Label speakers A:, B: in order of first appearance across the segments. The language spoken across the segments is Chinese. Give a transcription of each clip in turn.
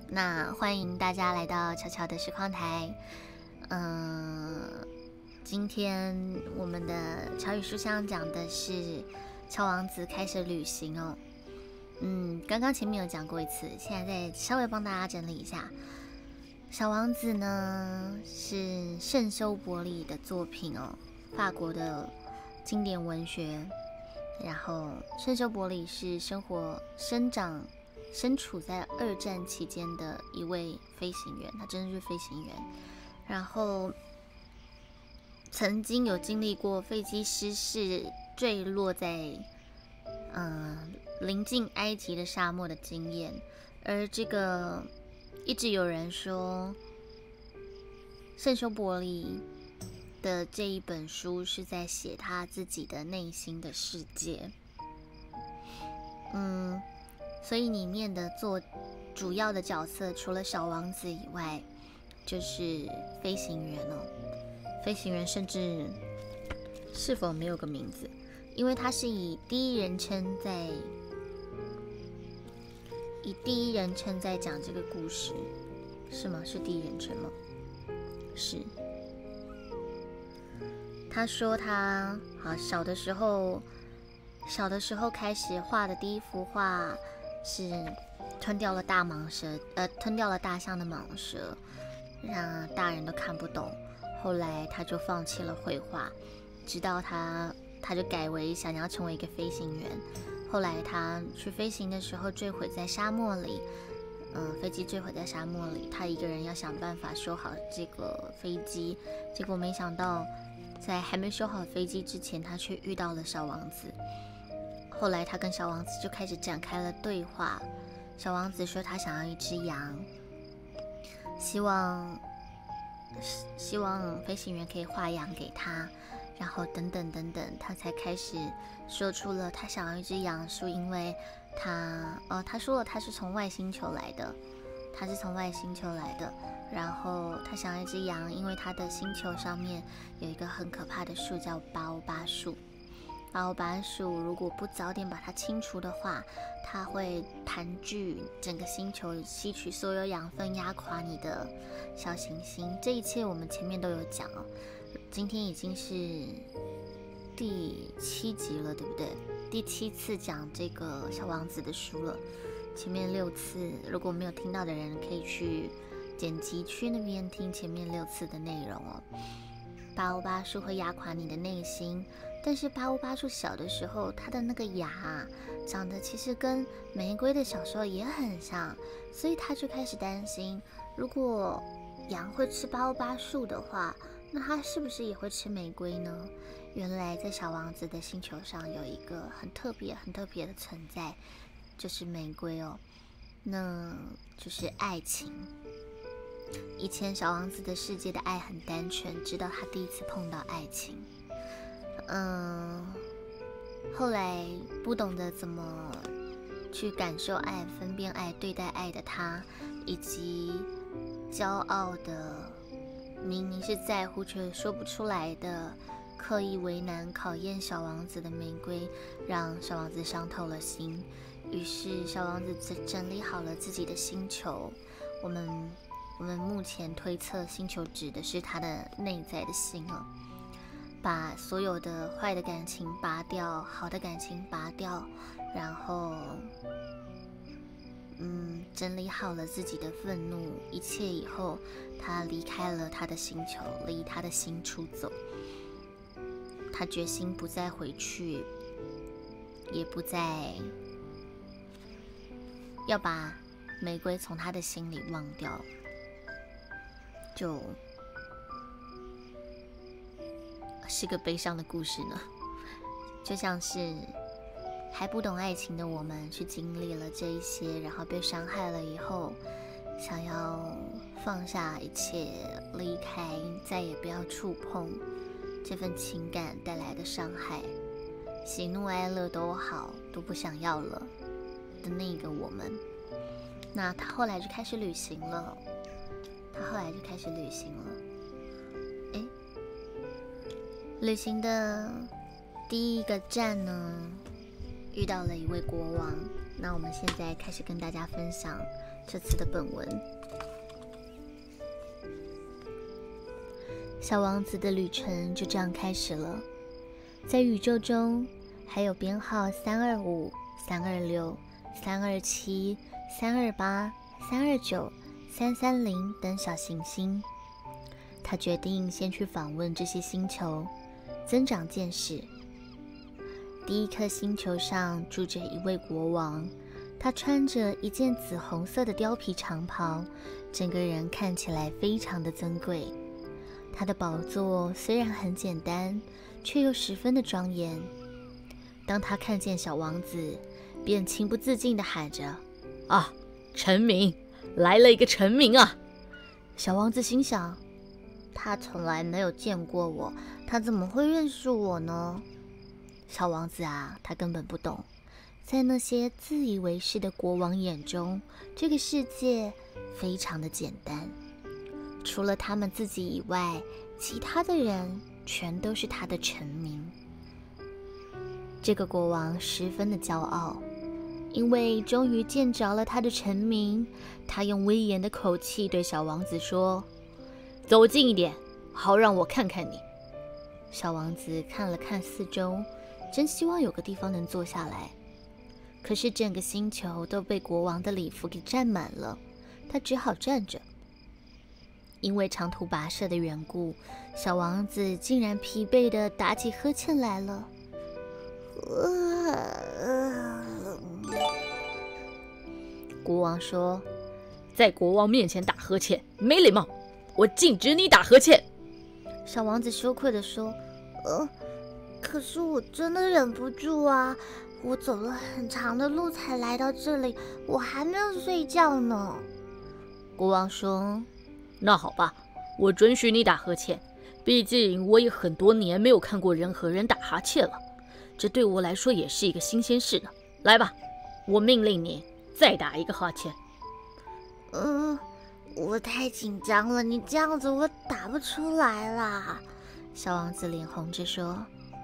A: 那欢迎大家来到巧巧的实况台。今天我们的巧语书香讲的是乔王子开始旅行哦。刚刚前面有讲过一次，现在再稍微帮大家整理一下。小王子呢是圣修伯里的作品哦，法国的经典文学。然后圣修伯里是身处在2战期间的一位飞行员，他真的是飞行员。然后曾经有经历过飞机失事坠落在临近埃及的沙漠的经验，而这个一直有人说圣修伯里的这一本书是在写他自己的内心的世界。所以里面的主要的角色除了小王子以外，就是飞行员哦。飞行员甚至是否没有个名字，因为他是以第一人称在讲这个故事，是吗？是第一人称吗？是。他说他小的时候开始画的第一幅画是吞掉了大象的蟒蛇，让大人都看不懂。后来他就放弃了绘画，直到他就改为想要成为一个飞行员。后来他去飞行的时候坠毁在沙漠里，飞机坠毁在沙漠里，他一个人要想办法修好这个飞机，结果没想到在还没修好飞机之前，他却遇到了小王子。后来他跟小王子就开始展开了对话。小王子说他想要一只羊，希望飞行员可以画羊给他，然后等等等等，他才开始说出了他想要一只羊，是因为他说了他是从外星球来的，然后他想要一只羊，因为他的星球上面有一个很可怕的树叫巴欧巴树。巴欧巴树如果不早点把它清除的话，它会盘踞整个星球，吸取所有养分，压垮你的小行星。这一切我们前面都有讲哦。今天已经是第7集了，对不对？第7次讲这个小王子的书了。前面6次，如果没有听到的人，可以去剪辑区那边听前面6次的内容哦。巴欧巴树会压垮你的内心，但是巴欧巴树小的时候，它的那个芽长得其实跟玫瑰的小时候也很像，所以他就开始担心，如果羊会吃巴欧巴树的话，那它是不是也会吃玫瑰呢？原来在小王子的星球上有一个很特别的存在，就是玫瑰哦，那就是爱情。以前小王子的世界的爱很单纯，直到他第一次碰到爱情。后来不懂得怎么去感受爱、分辨爱、对待爱的他，以及骄傲的明明是在乎却说不出来的刻意为难考验小王子的玫瑰，让小王子伤透了心。于是小王子整理好了自己的星球，我们目前推测星球指的是他的内在的心哦，把所有的坏的感情拔掉，好的感情拔掉，然后整理好了自己的愤怒，一切以后，他离开了他的星球，离他的心出走。他决心不再回去，也不再要把玫瑰从他的心里忘掉。就是个悲伤的故事呢，就像是还不懂爱情的我们去经历了这一些，然后被伤害了以后，想要放下一切，离开，再也不要触碰这份情感带来的伤害，喜怒哀乐都好，都不想要了的那个我们。那他后来就开始旅行了。旅行的第一个站呢，遇到了一位国王。那我们现在开始跟大家分享这次的本文。小王子的旅程就这样开始了。在宇宙中，还有编号325、326、327、328、329、330等小行星。他决定先去访问这些星球，增长见识。第一颗星球上住着一位国王，他穿着一件紫红色的貂皮长袍，整个人看起来非常的尊贵。他的宝座虽然很简单，却又十分的庄严。当他看见小王子，便情不自禁地喊着：“
B: 啊，臣民，来了一个臣民啊！”
A: 小王子心想，他从来没有见过我，他怎么会认识我呢？小王子啊，他根本不懂，在那些自以为是的国王眼中，这个世界非常的简单，除了他们自己以外，其他的人全都是他的臣民。这个国王十分的骄傲，因为终于见着了他的臣民。他用威严的口气对小王子说：“
B: 走近一点，好让我看看你。”
A: 小王子看了看四周，真希望有个地方能坐下来。可是整个星球都被国王的礼服给占满了，他只好站着。因为长途跋涉的缘故，小王子竟然疲惫地打起呵欠来了。国王说：“
B: 在国王面前打呵欠，没礼貌，我禁止你打呵欠。”
A: 小王子羞愧地说：“可是我真的忍不住啊，我走了很长的路才来到这里，我还没有睡觉呢。”国王说：“
B: 那好吧，我准许你打呵欠，毕竟我也很多年没有看过人和人打哈欠了，这对我来说也是一个新鲜事呢。来吧，我命令你再打一个哈欠。”
A: 我太紧张了，你这样子我打不出来啦。小王子脸红着说：“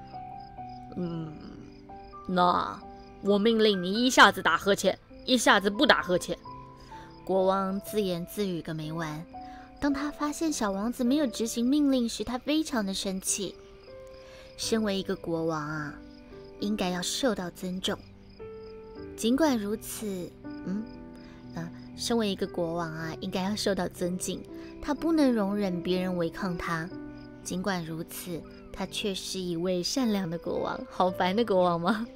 B: 那我命令你一下子打呵欠，一下子不打呵欠。”
A: 国王自言自语个没完。当他发现小王子没有执行命令时，他非常的生气。身为一个国王啊，应该要受到尊重。尽管如此，身为一个国王啊，应该要受到尊敬。他不能容忍别人违抗他。尽管如此，他却是一位善良的国王。好烦的国王吗？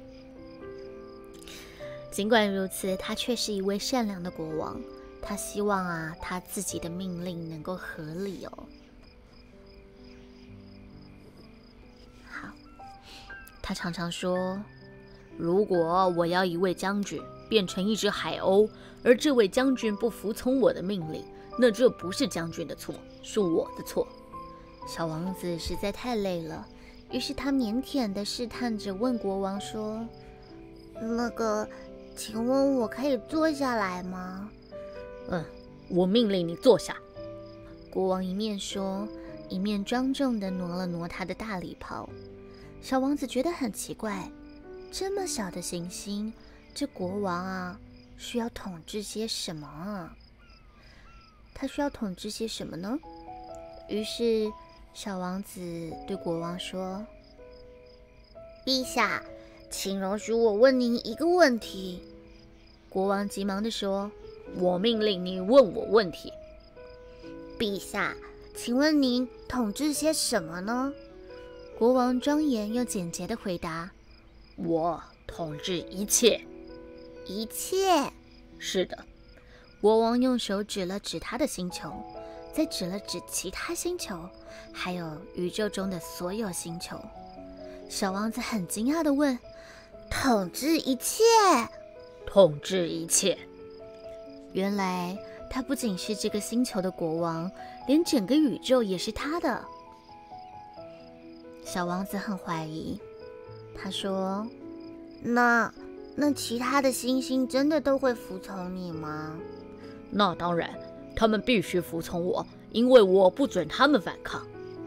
A: 尽管如此，他却是一位善良的国王。他希望啊，他自己的命令能够合理哦。好，他常常说，
B: 如果我要一位将军变成一只海鸥，而这位将军不服从我的命令，那这不是将军的错，是我的错。
A: 小王子实在太累了，于是他腼腆地试探着问国王说：“请问我可以坐下来吗？”
B: 我命令你坐下。
A: 国王一面说，一面庄重地挪了挪他的大礼袍。小王子觉得很奇怪，这么小的行星，这国王啊，需要统治些什么啊？他需要统治些什么呢？于是小王子对国王说：“陛下，请容许我问您一个问题。”国王急忙地说：“
B: 我命令你问我问题。”“
A: 陛下，请问您统治些什么呢？”国王庄严又简洁地回答：“
B: 我统治一切。”“
A: 一切？”“
B: 是的。”
A: 国王用手指了指他的星球，再指了指其他星球，还有宇宙中的所有星球。小王子很惊讶地问：“统治一切？”“
B: 统治一切。”
A: 原来他不仅是这个星球的国王，连整个宇宙也是他的。小王子很怀疑，他说：“那其他的星星真的都会服从你吗？”“
B: 那当然，他们必须服从我，因为我不准他们反抗。”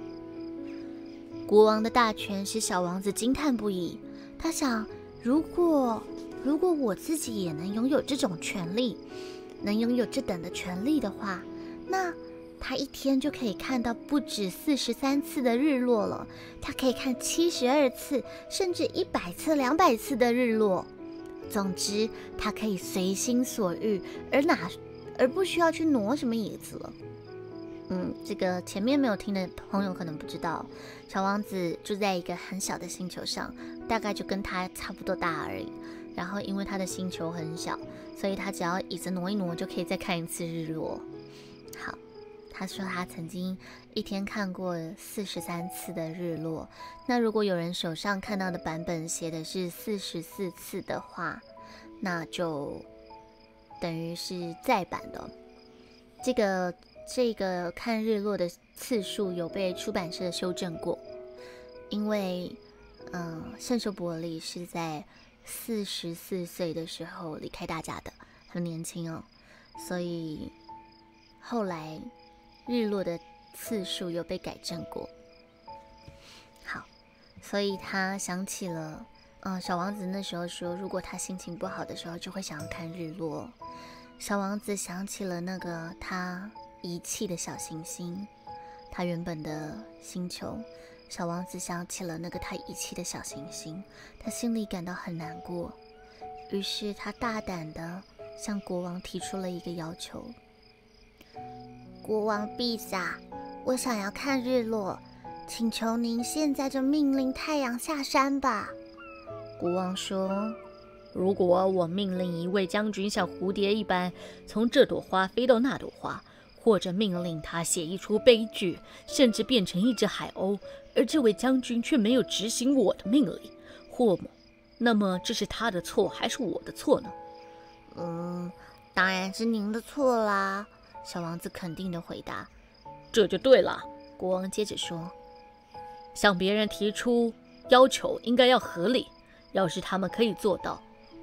A: 国王的大权使小王子惊叹不已。他想，如果我自己也能拥有这种权利， 能拥有这等的权利的话，那他一天就可以看到不止43次的日落了，他可以看72次，甚至100次、200次的日落。总之，他可以随心所欲，而不需要去挪什么椅子了。这个前面没有听的朋友可能不知道，小王子住在一个很小的星球上，大概就跟他差不多大而已。然后因为他的星球很小，所以他只要椅子挪一挪就可以再看一次日落。好，他说他曾经一天看过43次的日落。那如果有人手上看到的版本写的是44次的话，那就等于是再版的。这个看日落的次数有被出版社修正过，因为圣修伯里是在44岁的时候离开大家的，很年轻哦，所以后来日落的次数有被改正过。好，所以他想起了小王子那时候说，如果他心情不好的时候就会想要看日落。小王子想起了那个他遗弃的小行星，他原本的星球。小王子想起了那个他遗弃的小行星，他心里感到很难过，于是他大胆地向国王提出了一个要求。国王陛下，我想要看日落，请求您现在就命令太阳下山吧。国王说，
B: 如果我命令一位将军像蝴蝶一般从这朵花飞到那朵花，或者命令他写一出悲剧，甚至变成一只海鸥，而这位将军却没有执行我的命令，那么这是他的错还是我的错呢？
A: 当然是您的错啦，小王子肯定地回答。
B: 这就对了，国王接着说，向别人提出要求应该要合理，要是他们可以做到，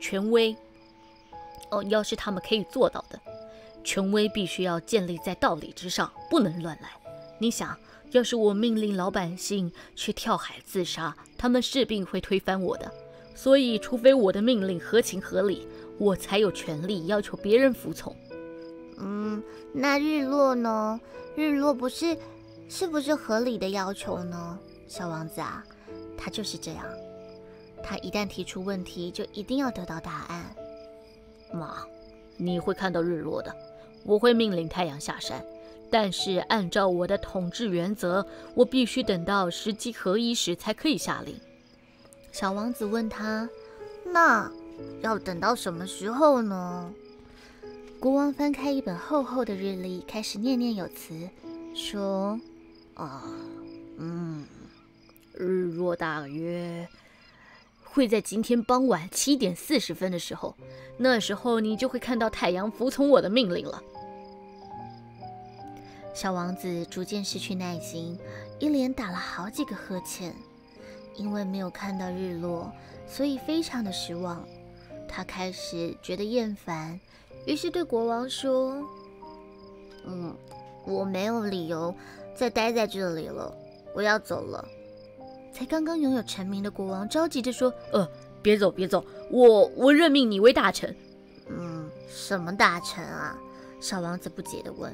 B: 要是他们可以做到的，权威必须要建立在道理之上，不能乱来。你想，要是我命令老百姓去跳海自杀，他们势必会推翻我的。所以，除非我的命令合情合理，我才有权利要求别人服从。
A: 那日落呢？日落是不是合理的要求呢？小王子啊，他就是这样。他一旦提出问题，就一定要得到答案。
B: 妈，你会看到日落的。我会命令太阳下山，但是按照我的统治原则，我必须等到时机合一时才可以下令。
A: 小王子问他，那要等到什么时候呢？国王翻开一本厚厚的日历，开始念念有词，说，
B: 日落大约会在今天傍晚7点40分的时候，那时候你就会看到太阳服从我的命令了。
A: 小王子逐渐失去耐心，一连打了好几个呵欠。因为没有看到日落，所以非常的失望。他开始觉得厌烦，于是对国王说，我没有理由再待在这里了，我要走了。才刚刚拥有成名的国王着急着说，
B: 别走，我任命你为大臣。
A: 什么大臣啊？小王子不解地问。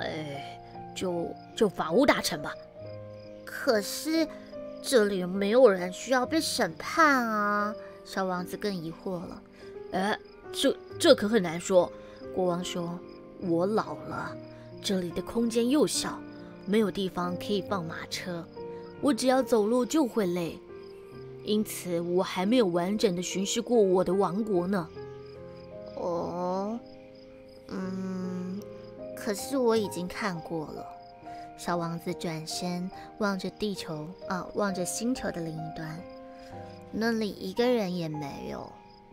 B: 就法务大臣吧。
A: 可是这里没有人需要被审判啊。小王子更疑惑了。
B: 这可很难说。国王说，我老了，这里的空间又小，没有地方可以放马车，我只要走路就会累，因此我还没有完整的巡视过我的王国呢。
A: 可是我已经看过了。小王子转身望着地球，望着星球的另一端，那里一个人也没有。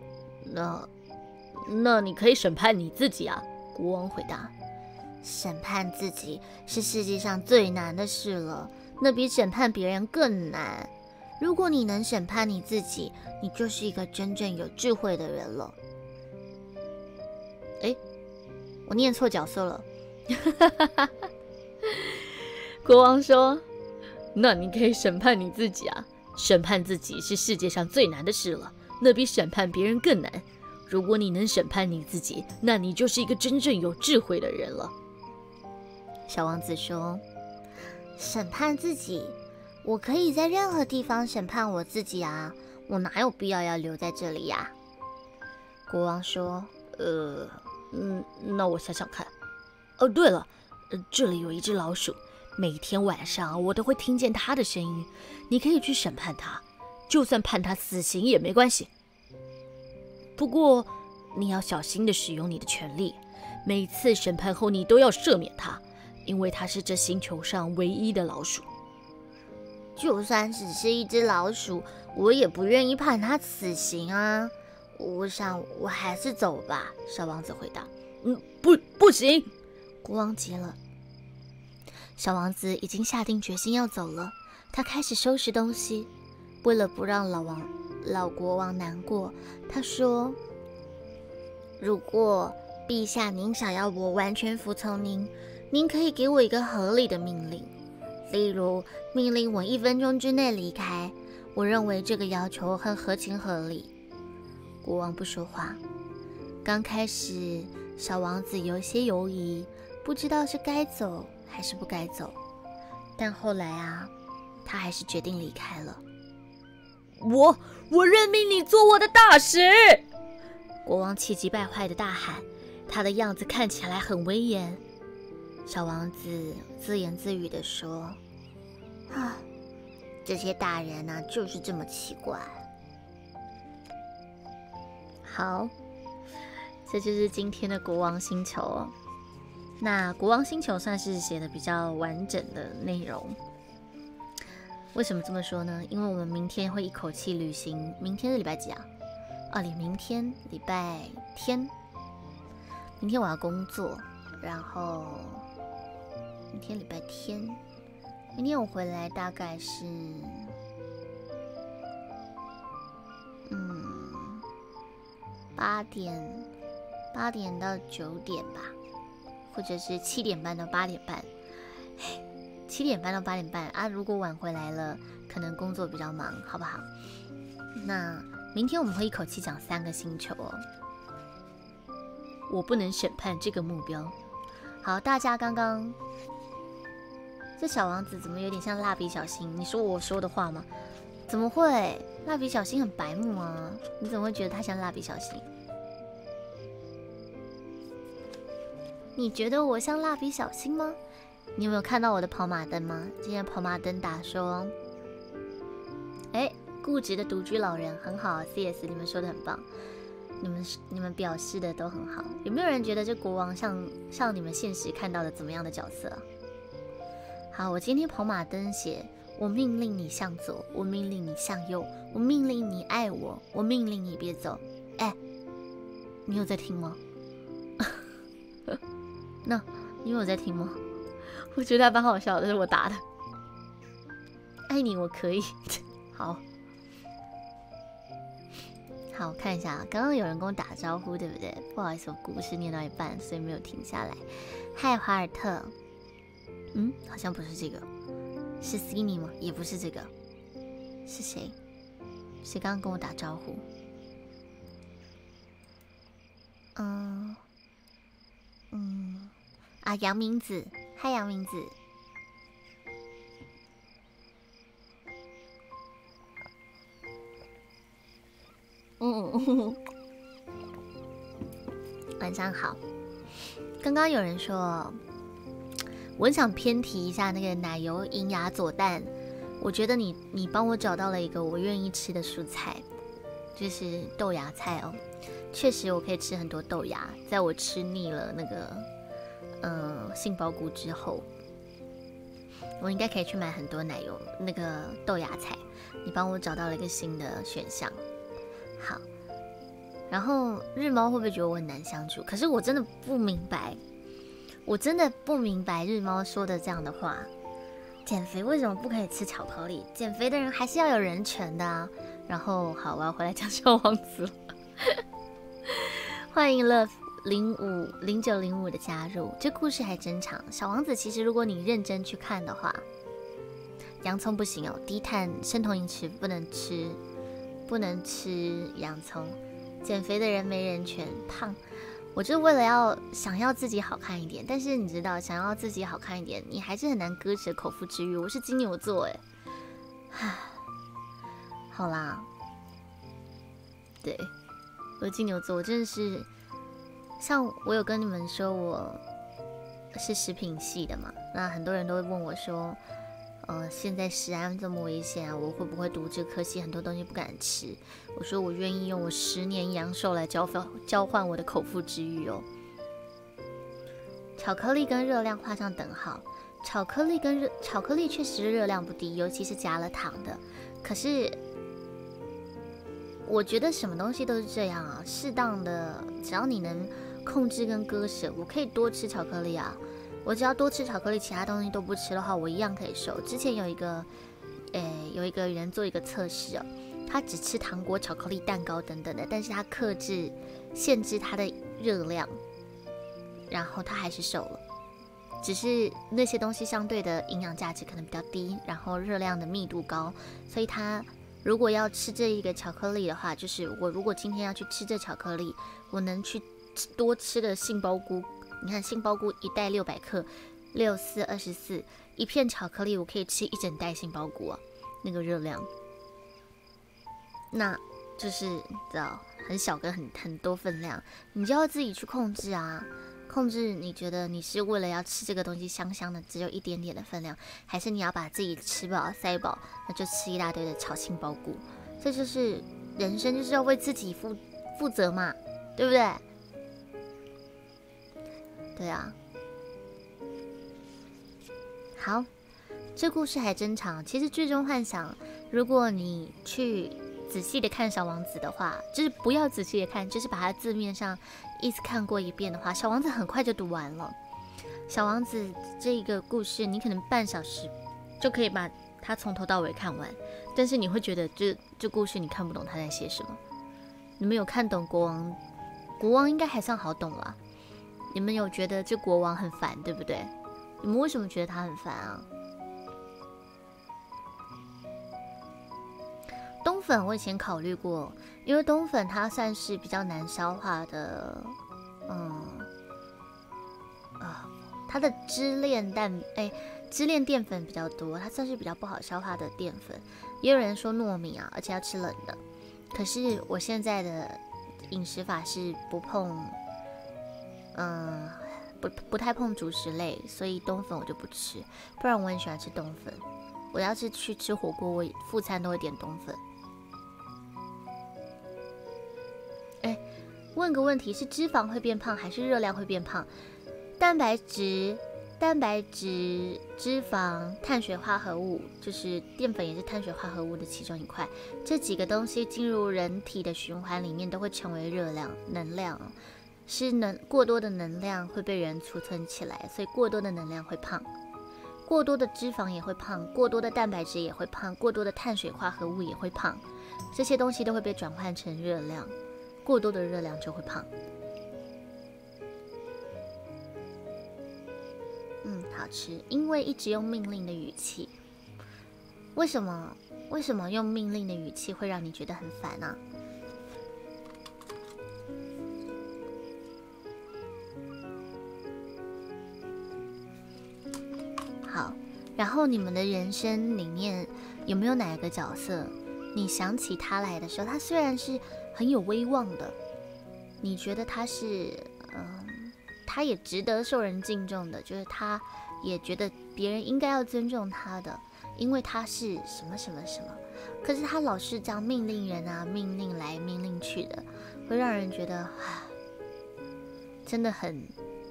B: 那你可以审判你自己啊，国王回答。
A: 审判自己是世界上最难的事了，那比审判别人更难。如果你能审判你自己，你就是一个真正有智慧的人了。我念错角色了。
B: 国王说，那你可以审判你自己啊，审判自己是世界上最难的事了，那比审判别人更难。 如果你能审判你自己，那你就是一个真正有智慧的人了。
A: 小王子说：“审判自己，我可以在任何地方审判我自己啊，我哪有必要要留在这里呀？”国王说：“
B: 那我想想看。哦，对了，这里有一只老鼠，每天晚上我都会听见它的声音。你可以去审判它，就算判它死刑也没关系。不过你要小心地使用你的权利，每次审判后你都要赦免它，因为它是这星球上唯一的老鼠。
A: 就算只是一只老鼠，我也不愿意判它死刑啊。我想我还是走吧。”小王子回答。
B: 不行！
A: 国王急了。小王子已经下定决心要走了，他开始收拾东西。为了不让老国王难过，他说：“如果陛下您想要我完全服从您，您可以给我一个合理的命令，例如命令我1分钟之内离开。我认为这个要求很合情合理。”国王不说话。刚开始，小王子有些犹疑，不知道是该走还是不该走。但后来啊，他还是决定离开了。
B: 我任命你做我的大使！
A: 国王气急败坏地大喊，他的样子看起来很威严。小王子自言自语地说：“这些大人啊，就是这么奇怪。”好，这就是今天的国王星球哦。那国王星球算是写的比较完整的内容。为什么这么说呢？因为我们明天会一口气旅行。明天是礼拜几啊？明天礼拜天。明天我要工作，然后明天礼拜天，明天我回来大概是8点到9点吧，或者是7点半到8点半。7点半到8点半啊！如果晚回来了，可能工作比较忙，好不好？那明天我们会一口气讲3个星球哦。
B: 我不能审判这个目标。
A: 好，大家刚刚这小王子怎么有点像蜡笔小新？你说我说的话吗？怎么会？蜡笔小新很白目啊！你怎么会觉得他像蜡笔小新？你觉得我像蜡笔小新吗？你有没有看到我的跑马灯吗？今天跑马灯打说，固执的独居老人很好 ，CS 你们说的很棒，你们表示的都很好。有没有人觉得这国王像你们现实看到的怎么样的角色啊？好，我今天跑马灯写：我命令你向左，我命令你向右，我命令你爱我，我命令你别走。你有在听吗？那你有在听吗？我觉得还蛮好笑的，这是我打的。爱你我可以。好，我看一下，刚刚有人跟我打招呼，对不对？不好意思，我故事念到一半，所以没有停下来。嗨，华尔特。好像不是这个，是 Cindy 吗？也不是这个，是谁？谁刚刚跟我打招呼？杨明子。嗨，杨明子。晚上好。刚刚有人说，我很想偏题一下那个奶油银芽佐蛋。我觉得你帮我找到了一个我愿意吃的蔬菜，就是豆芽菜哦。确实我可以吃很多豆芽，在我吃腻了那个杏鲍菇之后，我应该可以去买很多奶油那个豆芽菜。你帮我找到了一个新的选项。好，然后日猫会不会觉得我很难相处？可是我真的不明白，日猫说的这样的话。减肥为什么不可以吃巧克力？减肥的人还是要有人权的啊。然后好，我要回来讲小王子了。欢迎了0905的加入，这故事还真长。小王子其实如果你认真去看的话，洋葱不行哦，低碳生酮饮食不能吃洋葱。 减肥的人没人权，胖。我就为了想要自己好看一点，但是你知道，想要自己好看一点，你还是很难割舍口腹之欲。我是金牛座，唉，好啦，对，我是金牛座，我真的是，像我有跟你们说我是食品系的嘛，那很多人都会问我说，现在食安这么危险啊，我会不会读这科系？很多东西不敢吃。我说我愿意用我10年阳寿来交换我的口腹之欲哦。巧克力跟热量画上等号，巧克力确实热量不低，尤其是加了糖的。可是我觉得什么东西都是这样啊，适当的，只要你能控制跟割舍，我可以多吃巧克力啊。我只要多吃巧克力，其他东西都不吃的话，我一样可以瘦。之前有一个人做一个测试哦，他只吃糖果、巧克力、蛋糕等等的，但是他限制他的热量，然后他还是瘦了。只是那些东西相对的营养价值可能比较低，然后热量的密度高，所以他如果要吃这一个巧克力的话，就是我如果今天要去吃这巧克力，我能去多吃的杏鲍菇。你看杏鲍菇一袋600克，6×4=24，一片巧克力我可以吃一整袋杏鲍菇啊，那个热量，那就是知道很小跟很多分量，你就要自己去控制啊，控制你觉得你是为了要吃这个东西香香的，只有一点点的分量，还是你要把自己吃饱塞饱，那就吃一大堆的炒杏鲍菇，这就是人生，就是要为自己负责嘛，对不对？对啊，好，这故事还真长。其实《最终幻想》，如果你去仔细的看《小王子》的话，就是不要仔细的看，就是把它字面上一直看过一遍的话，《小王子》很快就读完了。《小王子》这个故事，你可能半小时就可以把它从头到尾看完，但是你会觉得这故事你看不懂他在写什么。你们有看懂国王应该还算好懂啦。你们有觉得这国王很烦，对不对？你们为什么觉得他很烦啊？冬粉我以前考虑过，因为冬粉它算是比较难消化的，它的支链淀粉比较多，它算是比较不好消化的淀粉。也有人说糯米啊，而且要吃冷的。可是我现在的饮食法是不碰。不太碰主食类，所以冬粉我就不吃，不然我很喜欢吃冬粉。我要是去吃火锅，我副餐都会点冬粉。问个问题，是脂肪会变胖还是热量会变胖？蛋白质、脂肪、碳水化合物，就是淀粉也是碳水化合物的其中一块。这几个东西进入人体的循环里面，都会成为热量、能量。过多的能量会被人储存起来，所以过多的能量会胖，过多的脂肪也会胖，过多的蛋白质也会胖，过多的碳水化合物也会胖，这些东西都会被转换成热量，过多的热量就会胖。好吃，因为一直用命令的语气。为什么用命令的语气会让你觉得很烦啊？好，然后你们的人生里面有没有哪个角色，你想起他来的时候，他虽然是很有威望的，你觉得他是他也值得受人敬重的，就是他也觉得别人应该要尊重他的，因为他是什么什么什么，可是他老是这样命令人啊，命令来命令去的，会让人觉得真的很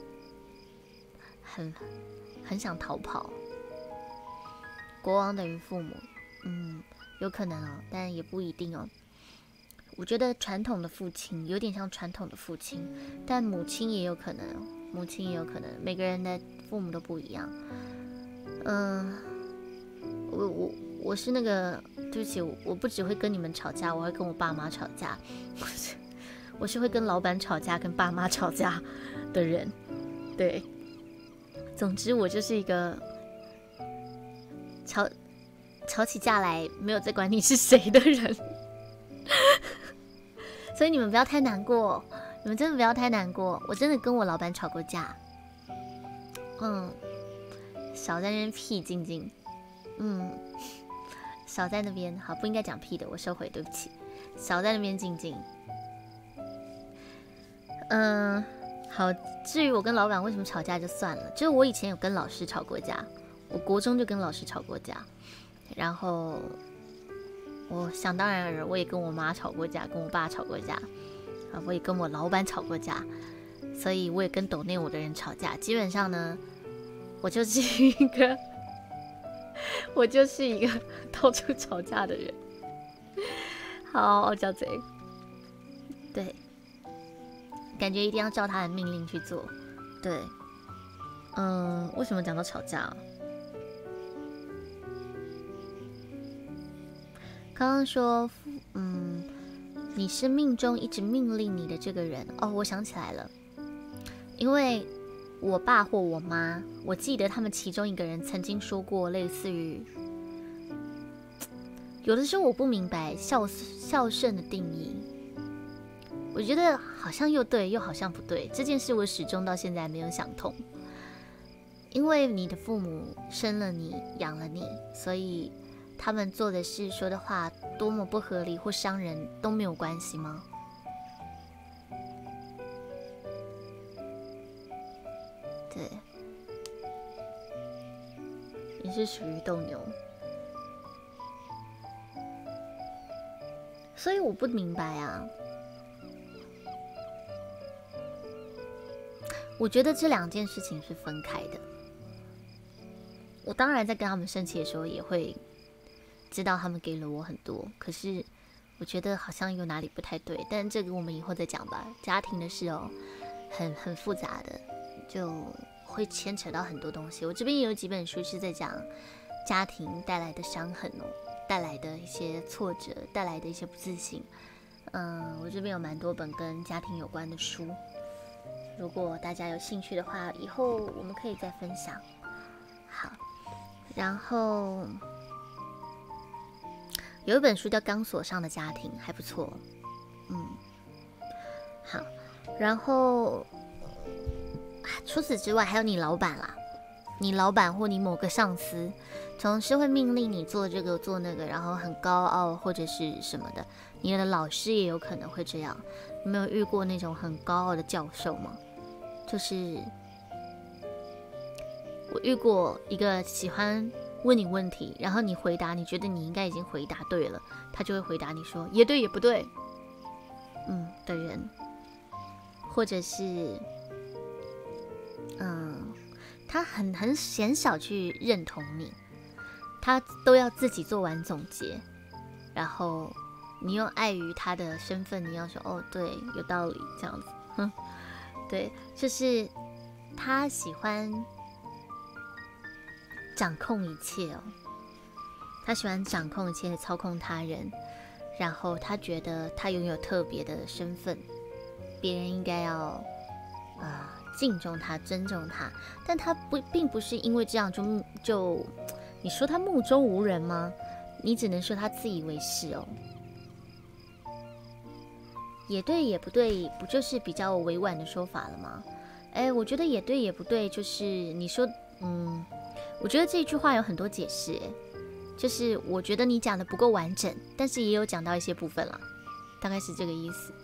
A: 想逃跑。国王等于父母，有可能哦，但也不一定哦。我觉得传统的父亲有点像传统的父亲，但母亲也有可能，每个人的父母都不一样。我是那个，对不起，我不只会跟你们吵架，我会跟我爸妈吵架，我是会跟老板吵架、跟爸妈吵架的人。对，总之我就是一个吵起架来没有在管你是谁的人。所所以你们不要太难过，你们真的不要太难过。我真的跟我老板吵过架，少在那边屁静静，少在那边，好，不应该讲屁的，我收回，对不起，少在那边静静。好，至于我跟老板为什么吵架就算了，就是我以前有跟老师吵过架，我国中就跟老师吵过架，然后我想当然尔，我也跟我妈吵过架，跟我爸吵过架，啊，我也跟我老板吵过架，所以我也跟抖内我的人吵架。基本上呢，我就是一个到处吵架的人。好，傲娇嘴，对。感觉一定要照他的命令去做，对，为什么讲到吵架啊？刚刚说，你生命中一直命令你的这个人，哦，我想起来了，因为我爸或我妈，我记得他们其中一个人曾经说过类似于，有的时候我不明白孝顺的定义。我觉得好像又对，又好像不对。这件事我始终到现在没有想通。因为你的父母生了你，养了你，所以他们做的事、说的话多么不合理或伤人都没有关系吗？对，你是属于斗牛，所以我不明白啊。我觉得这两件事情是分开的。我当然在跟他们生气的时候，也会知道他们给了我很多，可是我觉得好像有哪里不太对。但这个我们以后再讲吧。家庭的事哦，很复杂的，就会牵扯到很多东西。我这边也有几本书是在讲家庭带来的伤痕哦，带来的一些挫折，带来的一些不自信。我这边有蛮多本跟家庭有关的书。如果大家有兴趣的话，以后我们可以再分享。好，然后有一本书叫《钢索上的家庭》，还不错。好，然后除此之外，还有你老板啦，你老板或你某个上司，总是会命令你做这个做那个，然后很高傲或者是什么的。你的老师也有可能会这样。你没有遇过那种很高傲的教授吗？就是我遇过一个喜欢问你问题，然后你回答，你觉得你应该已经回答对了，他就会回答你说也对也不对，的人，或者是他很少去认同你，他都要自己做完总结，然后你又碍于他的身份，你要说哦对，有道理这样子，对，就是他喜欢掌控一切哦，他喜欢掌控一切，操控他人，然后他觉得他拥有特别的身份，别人应该要敬重他、尊重他，但他并不是因为这样就你说他目中无人吗？你只能说他自以为是哦。也对也不对，不就是比较委婉的说法了吗？我觉得也对也不对，就是你说，我觉得这句话有很多解释，就是我觉得你讲的不够完整，但是也有讲到一些部分啦，大概是这个意思。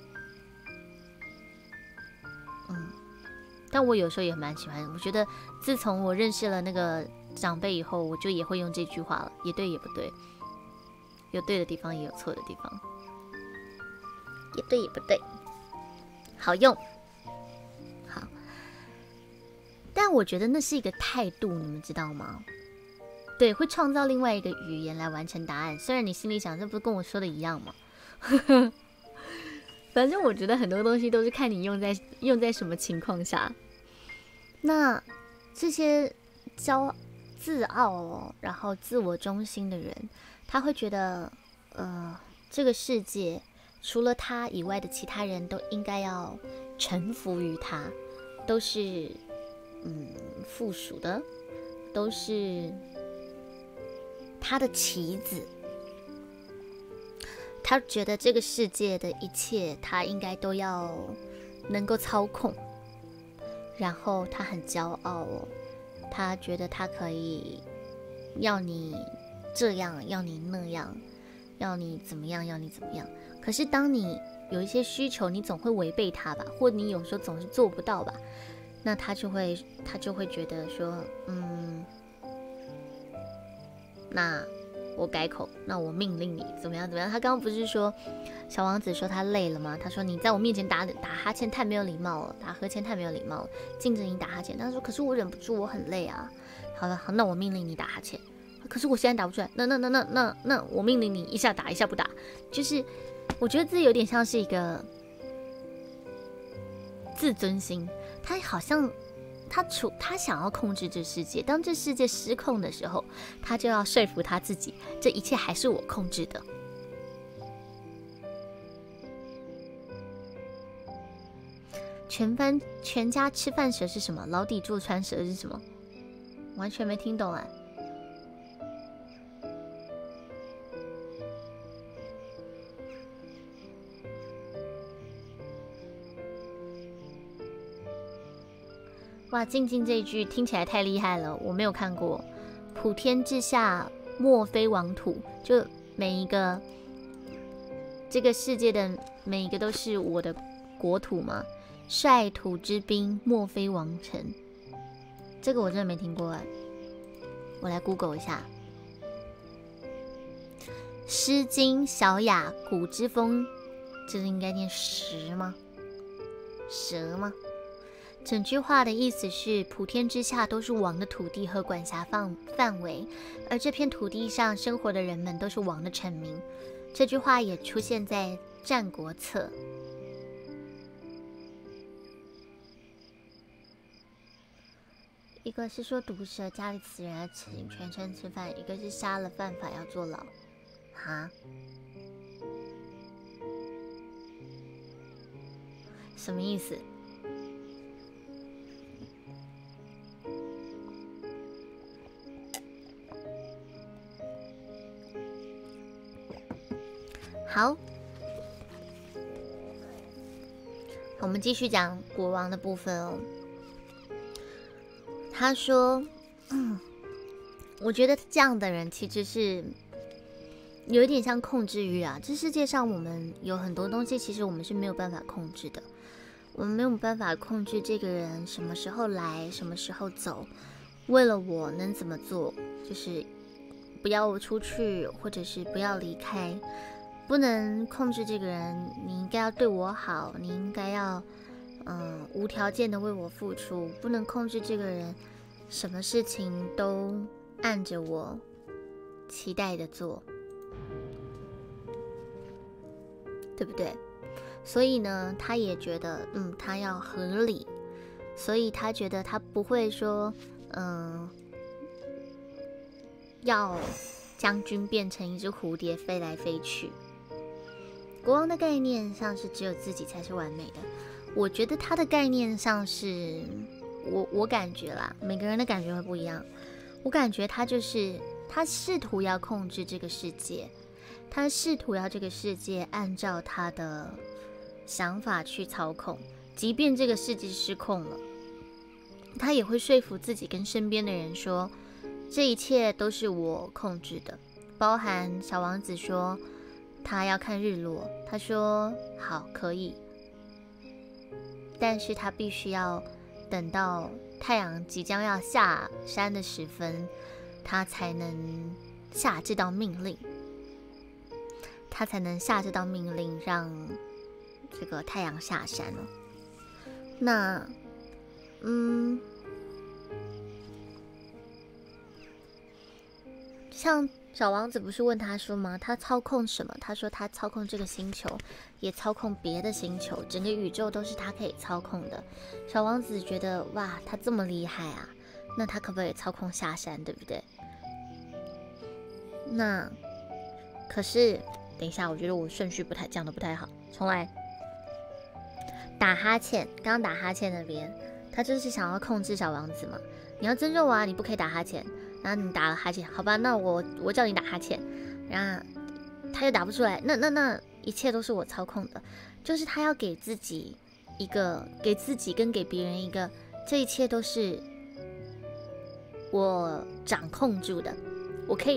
A: 但我有时候也蛮喜欢，我觉得自从我认识了那个长辈以后，我就也会用这句话了，也对也不对，有对的地方也有错的地方。也对也不对，好用，好，但我觉得那是一个态度，你们知道吗？对，会创造另外一个语言来完成答案。虽然你心里想，这不是跟我说的一样吗？反正我觉得很多东西都是看你用在什么情况下。那这些自傲哦，然后自我中心的人，他会觉得，这个世界除了他以外的其他人都应该要臣服于他，都是附属的，都是他的棋子。 他觉得这个世界的一切他应该都要能够操控，然后他很骄傲哦，他觉得他可以要你这样，要你那样，要你怎么样，要你怎么样。可是当你有一些需求，你总会违背他吧，或你有时候总是做不到吧，那他就会觉得说，那我改口，那我命令你怎么样怎么样。他刚刚不是说小王子说他累了吗？他说你在我面前打哈欠太没有礼貌了，打呵欠太没有礼貌了，禁止你打哈欠。他说可是我忍不住，我很累啊。好了，好，那我命令你打哈欠。可是我现在打不出来，那我命令你一下打一下不打。就是我觉得这有点像是一个自尊心，他好像他想要控制这世界，当这世界失控的时候，他就要说服他自己，这一切还是我控制的。全家吃饭蛇是什么？牢底坐穿蛇是什么？完全没听懂啊！哇，静静这一句听起来太厉害了，我没有看过。普天之下莫非王土，就每一个这个世界的每一个都是我的国土吗？率土之滨莫非王臣，这个我真的没听过哎，我来 Google 一下。诗经小雅古之风，这是应该念蛇吗？蛇吗？整句话的意思是，普天之下都是王的土地和管辖范围，而这片土地上生活的人们都是王的臣民。这句话也出现在《战国策》。一个是说毒蛇家里死人要请全身吃饭，一个是杀了犯法要坐牢。哈？什么意思？好，我们继续讲国王的部分哦。他说，我觉得这样的人其实是有一点像控制欲啊。这世界上我们有很多东西，其实我们是没有办法控制的。我们没有办法控制这个人什么时候来，什么时候走。为了我能怎么做，就是不要我出去，或者是不要离开。不能控制这个人，你应该要对我好，你应该要无条件的为我付出。不能控制这个人，什么事情都按着我期待的做，对不对？所以呢，他也觉得他要合理，所以他觉得他不会说要将军变成一只蝴蝶飞来飞去。国王的概念上是只有自己才是完美的，我觉得他的概念上是我感觉啦，每个人的感觉会不一样。我感觉他就是他试图要控制这个世界，他试图要这个世界按照他的想法去操控，即便这个世界失控了，他也会说服自己跟身边的人说，这一切都是我控制的。包含小王子说他要看日落，他说好，可以，但是他必须要等到太阳即将要下山的时分，他才能下这道命令，让这个太阳下山了。那像小王子不是问他说吗？他操控什么？他说他操控这个星球，也操控别的星球，整个宇宙都是他可以操控的。小王子觉得哇，他这么厉害啊，那他可不可以操控下山，对不对？那可是等一下，我觉得我顺序讲的不太好，重来。打哈欠，刚刚打哈欠那边，他就是想要控制小王子嘛。你要尊重我啊，你不可以打哈欠。然后你打了哈欠，好吧，那我叫你打哈欠。然后他又打不出来，那一切都是我操控的，就是他要给自己跟给别人一个，这一切都是我掌控住的，我可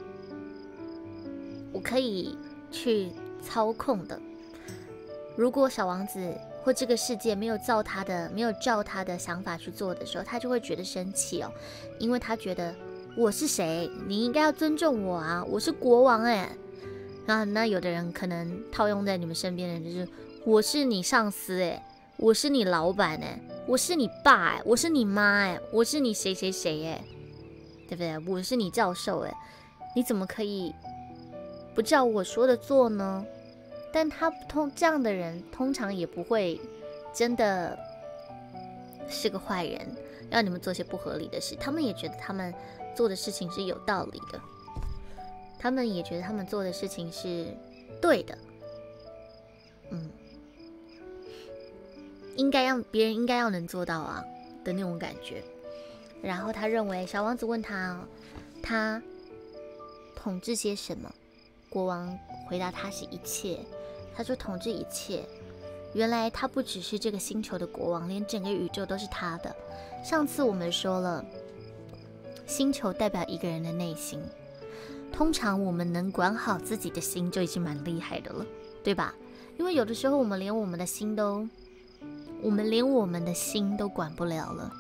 A: 以去操控的。如果小王子或这个世界没有照他的想法去做的时候，他就会觉得生气哦，因为他觉得我是谁，你应该要尊重我啊，我是国王哎。那有的人可能套用在你们身边的人就是我是你上司哎，我是你老板哎，我是你爸哎，我是你妈哎，我是你谁谁谁哎，对不对？我是你教授哎，你怎么可以不照我说的做呢？但这样的人通常也不会真的是个坏人，让你们做些不合理的事。他们也觉得他们做的事情是有道理的，他们也觉得他们做的事情是对的，别人应该要能做到啊的那种感觉。然后他认为小王子问他，他统治些什么？国王回答他是一切。他说统治一切。原来他不只是这个星球的国王，连整个宇宙都是他的。上次我们说了，星球代表一个人的内心。通常我们能管好自己的心就已经蛮厉害的了，对吧？因为有的时候我们连我们的心都管不了了。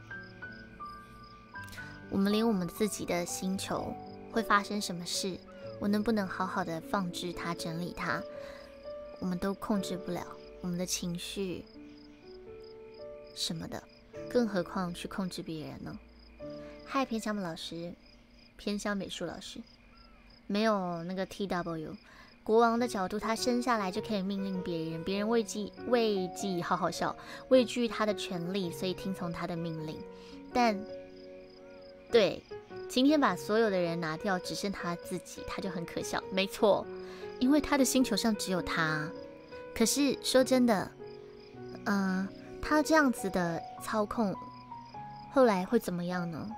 A: 我们连我们自己的星球会发生什么事，我能不能好好的放置它、整理它，我们都控制不了。我们的情绪什么的，更何况去控制别人呢？嗨，偏乡老师，偏乡美术老师，没有那个 TW。国王的角度，他生下来就可以命令别人，别人畏惧，好好笑，畏惧他的权利，所以听从他的命令。但对，今天把所有的人拿掉，只剩他自己，他就很可笑。没错，因为他的星球上只有他。可是说真的，他这样子的操控，后来会怎么样呢？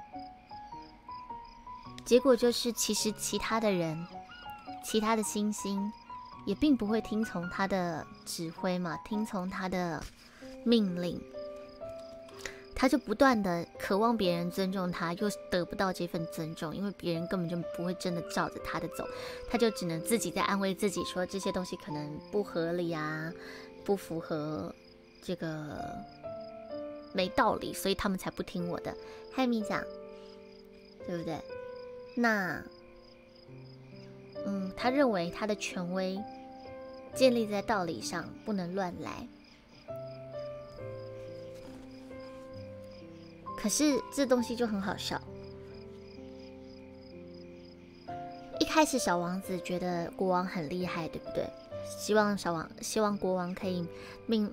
A: 结果就是，其实其他的人，其他的星星，也并不会听从他的指挥嘛，听从他的命令。他就不断的渴望别人尊重他，又得不到这份尊重，因为别人根本就不会真的照着他的走，他就只能自己在安慰自己说这些东西可能不合理啊，不符合这个没道理，所以他们才不听我的。嗨，米讲，对不对？那他认为他的权威建立在道理上，不能乱来。可是这东西就很好笑。一开始小王子觉得国王很厉害，对不对？希望国王可以命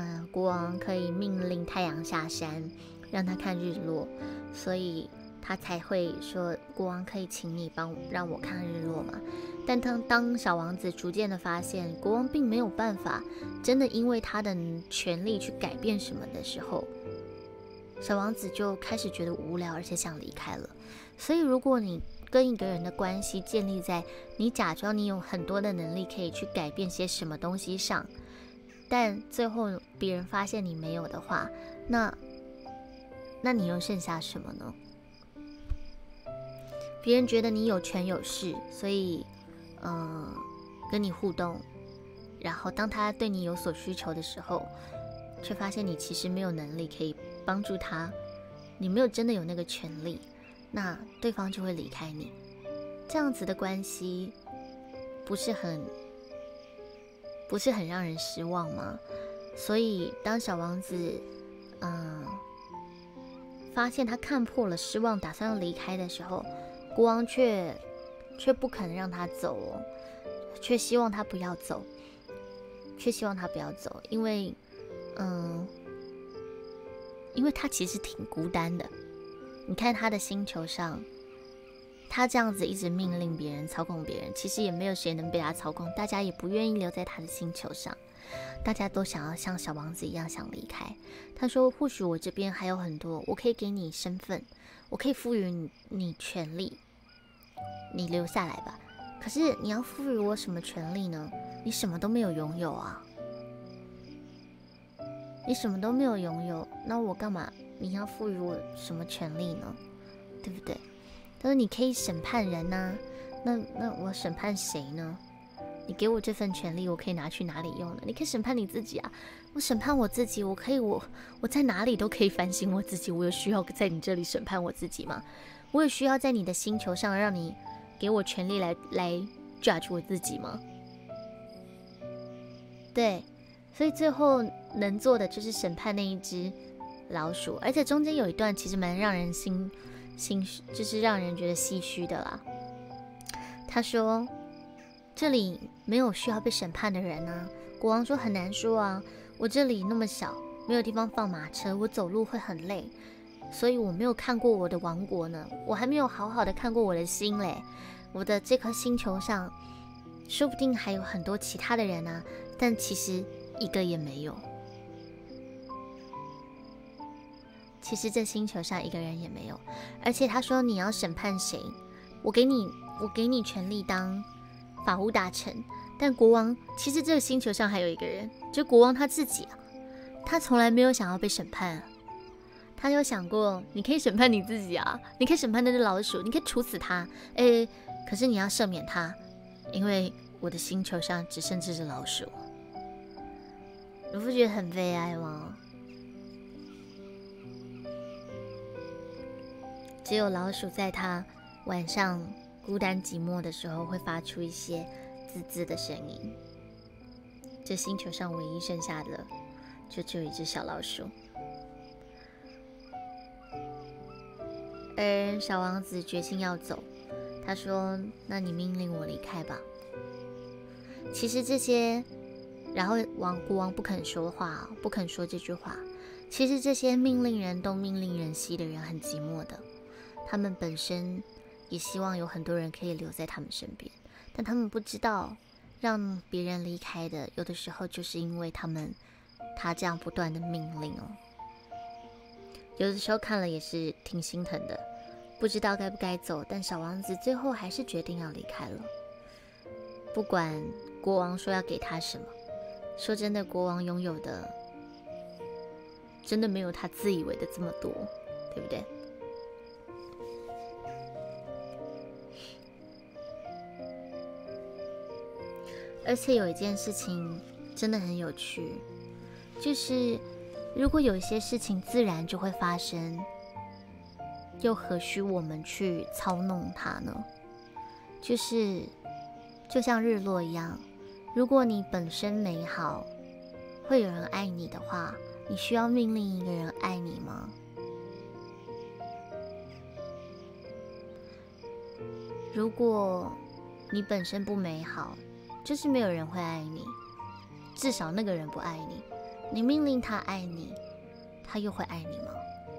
A: 令太阳下山，让他看日落，所以他才会说国王可以请你让我看日落嘛。但当小王子逐渐的发现国王并没有办法真的因为他的权力去改变什么的时候，小王子就开始觉得无聊，而且想离开了。所以如果你跟一个人的关系建立在你假装你有很多的能力可以去改变些什么东西上，但最后别人发现你没有的话，那你又剩下什么呢？别人觉得你有权有势，所以跟你互动，然后当他对你有所需求的时候，却发现你其实没有能力可以帮助他，你没有真的有那个权利，那对方就会离开你。这样子的关系不是很让人失望吗？所以当小王子发现他看破了失望，打算要离开的时候，国王却不肯让他走哦，却希望他不要走，因为他其实挺孤单的。你看他的星球上，他这样子一直命令别人、操控别人，其实也没有谁能被他操控，大家也不愿意留在他的星球上，大家都想要像小王子一样想离开。他说或许我这边还有很多，我可以给你身份，我可以赋予你权利，你留下来吧。 可是你要赋予我什么权利呢？你什么都没有拥有啊，你什么都没有拥有，那我干嘛？你要赋予我什么权利呢？对不对？他说你可以审判人呐、那我审判谁呢？你给我这份权利，我可以拿去哪里用呢？你可以审判你自己啊！我审判我自己，我在哪里都可以反省我自己。我有需要在你这里审判我自己吗？我有需要在你的星球上让你给我权利来 judge 我自己吗？对，所以最后能做的就是审判那一只老鼠，而且中间有一段其实蛮让人就是让人觉得唏嘘的啦。他说这里没有需要被审判的人啊。国王说很难说啊，我这里那么小，没有地方放马车，我走路会很累，所以我没有看过我的王国呢，我还没有好好的看过我的心嘞。我的这颗星球上说不定还有很多其他的人啊，但其实一个也没有。其实这星球上一个人也没有。而且他说你要审判谁，我给你权利当法务大臣，但国王其实这个星球上还有一个人，就国王他自己啊，他从来没有想要被审判啊。他有想过你可以审判你自己啊，你可以审判那只老鼠，你可以处死他，可是你要赦免他，因为我的星球上只剩这只老鼠。你不觉得很悲哀吗？只有老鼠在它晚上孤单寂寞的时候会发出一些滋滋的声音。这星球上唯一剩下的就只有一只小老鼠。而小王子决心要走，他说那你命令我离开吧。其实这些，然后国王不肯说话，不肯说这句话。其实这些命令人东命令人西的人很寂寞的，他们本身也希望有很多人可以留在他们身边，但他们不知道让别人离开的，有的时候就是因为他这样不断的命令哦。有的时候看了也是挺心疼的，不知道该不该走，但小王子最后还是决定要离开了。不管国王说要给他什么，说真的，国王拥有的真的没有他自以为的这么多，对不对？而且有一件事情真的很有趣，就是如果有一些事情自然就会发生，又何须我们去操弄它呢？就像日落一样，如果你本身美好，会有人爱你的话，你需要命令一个人爱你吗？如果你本身不美好，就是没有人会爱你，至少那个人不爱你，你命令他爱你，他又会爱你吗？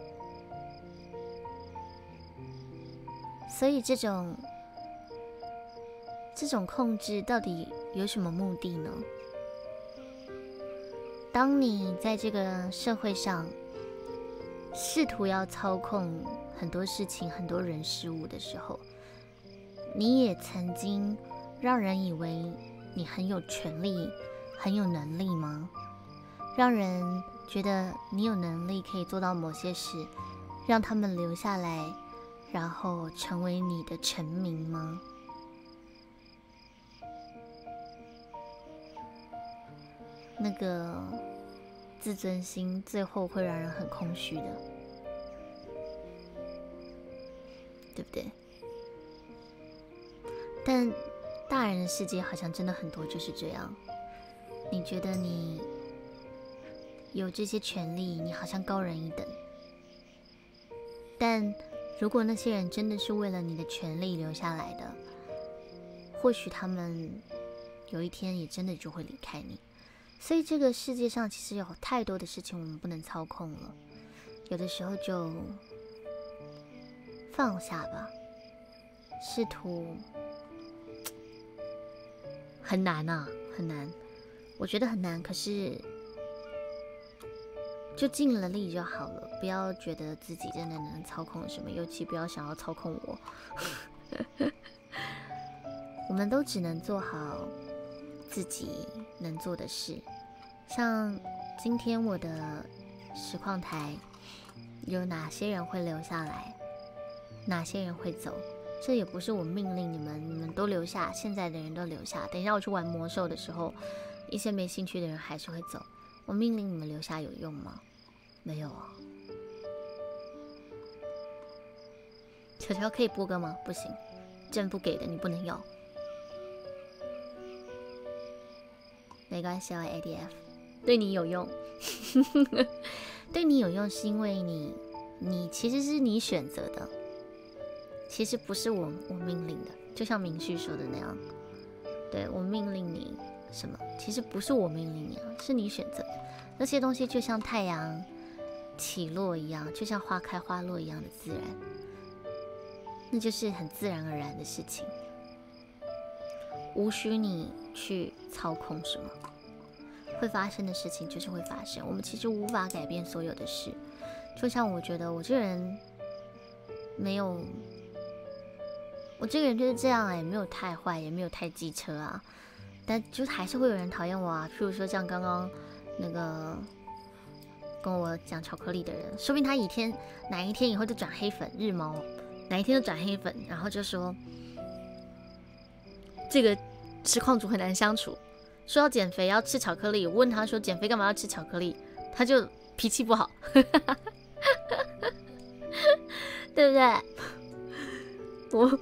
A: 所以这种控制到底有什么目的呢？当你在这个社会上试图要操控很多事情、很多人事物的时候，你也曾经让人以为你很有权利、很有能力吗？让人觉得你有能力可以做到某些事，让他们留下来，然后成为你的臣民吗？那个自尊心最后会让人很空虚的，对不对？但大人的世界好像真的很多就是这样，你觉得你有这些权利，你好像高人一等，但如果那些人真的是为了你的权利留下来的，或许他们有一天也真的就会离开你。所以这个世界上其实有太多的事情我们不能操控了，有的时候就放下吧，试图很难啊，很难，我觉得很难，可是就尽了力就好了，不要觉得自己真的能操控什么，尤其不要想要操控我。 我们都只能做好自己能做的事。像今天我的实况台有哪些人会留下来，哪些人会走，这也不是我命令你们都留下，现在的人都留下，等一下我去玩魔兽的时候，一些没兴趣的人还是会走。我命令你们留下有用吗？没有啊。小乔可以播歌吗？不行，朕不给的你不能要。没关系啊 ，ADF 对你有用，对你有用是因为你其实是你选择的，其实不是我命令的，就像明旭说的那样，对我命令你什么，其实不是我命令你啊，是你选择的。那些东西就像太阳起落一样，就像花开花落一样的自然，那就是很自然而然的事情，无需你去操控什么，会发生的事情就是会发生。我们其实无法改变所有的事，就像我觉得我这个人没有，我这个人就是这样，也没有太坏，也没有太机车啊，但就还是会有人讨厌我啊。譬如说像刚刚那个跟我讲巧克力的人，说不定他哪一天以后就转黑粉日猫，哪一天就转黑粉，然后就说这个实况主很难相处，说要减肥要吃巧克力，我问他说减肥干嘛要吃巧克力，他就脾气不好对不对？我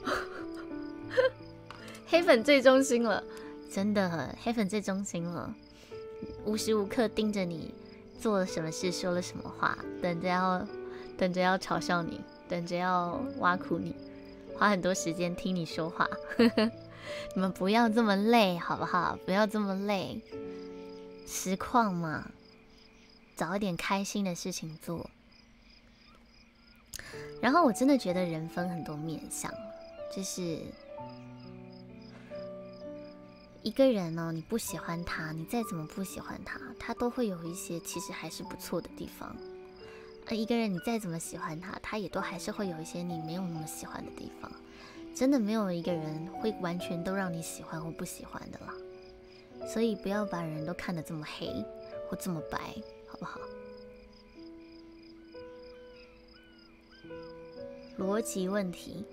A: 黑粉最忠心了，真的黑粉最忠心了，无时无刻盯着你做了什么事，说了什么话，等着要嘲笑你，等着要挖苦你，花很多时间听你说话你们不要这么累好不好？不要这么累，实况嘛，找一点开心的事情做。然后我真的觉得人分很多面向，就是一个人哦，你不喜欢他，你再怎么不喜欢他，他都会有一些其实还是不错的地方。一个人你再怎么喜欢他，他也都还是会有一些你没有那么喜欢的地方。真的没有一个人会完全都让你喜欢或不喜欢的啦，所以不要把人都看得这么黑或这么白，好不好？逻辑问题，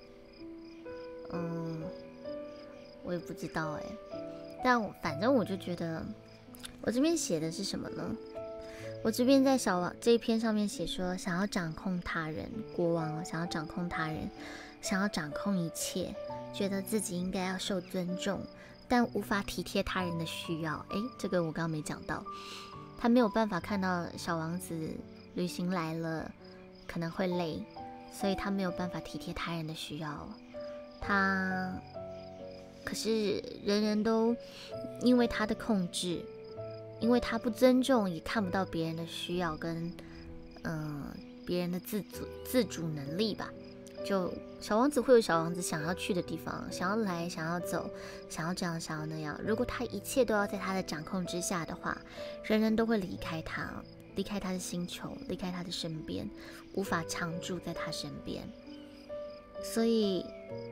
A: 我也不知道哎，但反正我就觉得，我这边写的是什么呢？我这边在小王这一篇上面写说，想要掌控他人，国王哦，想要掌控他人，想要掌控一切，觉得自己应该要受尊重，但无法体贴他人的需要。这个我刚刚没讲到，他没有办法看到小王子旅行来了可能会累，所以他没有办法体贴他人的需要。可是人人都因为他的控制，因为他不尊重，也看不到别人的需要跟别人的自主能力吧。就小王子会有小王子想要去的地方，想要来，想要走，想要这样，想要那样。如果他一切都要在他的掌控之下的话，人人都会离开他，离开他的星球，离开他的身边，无法常住在他身边。所以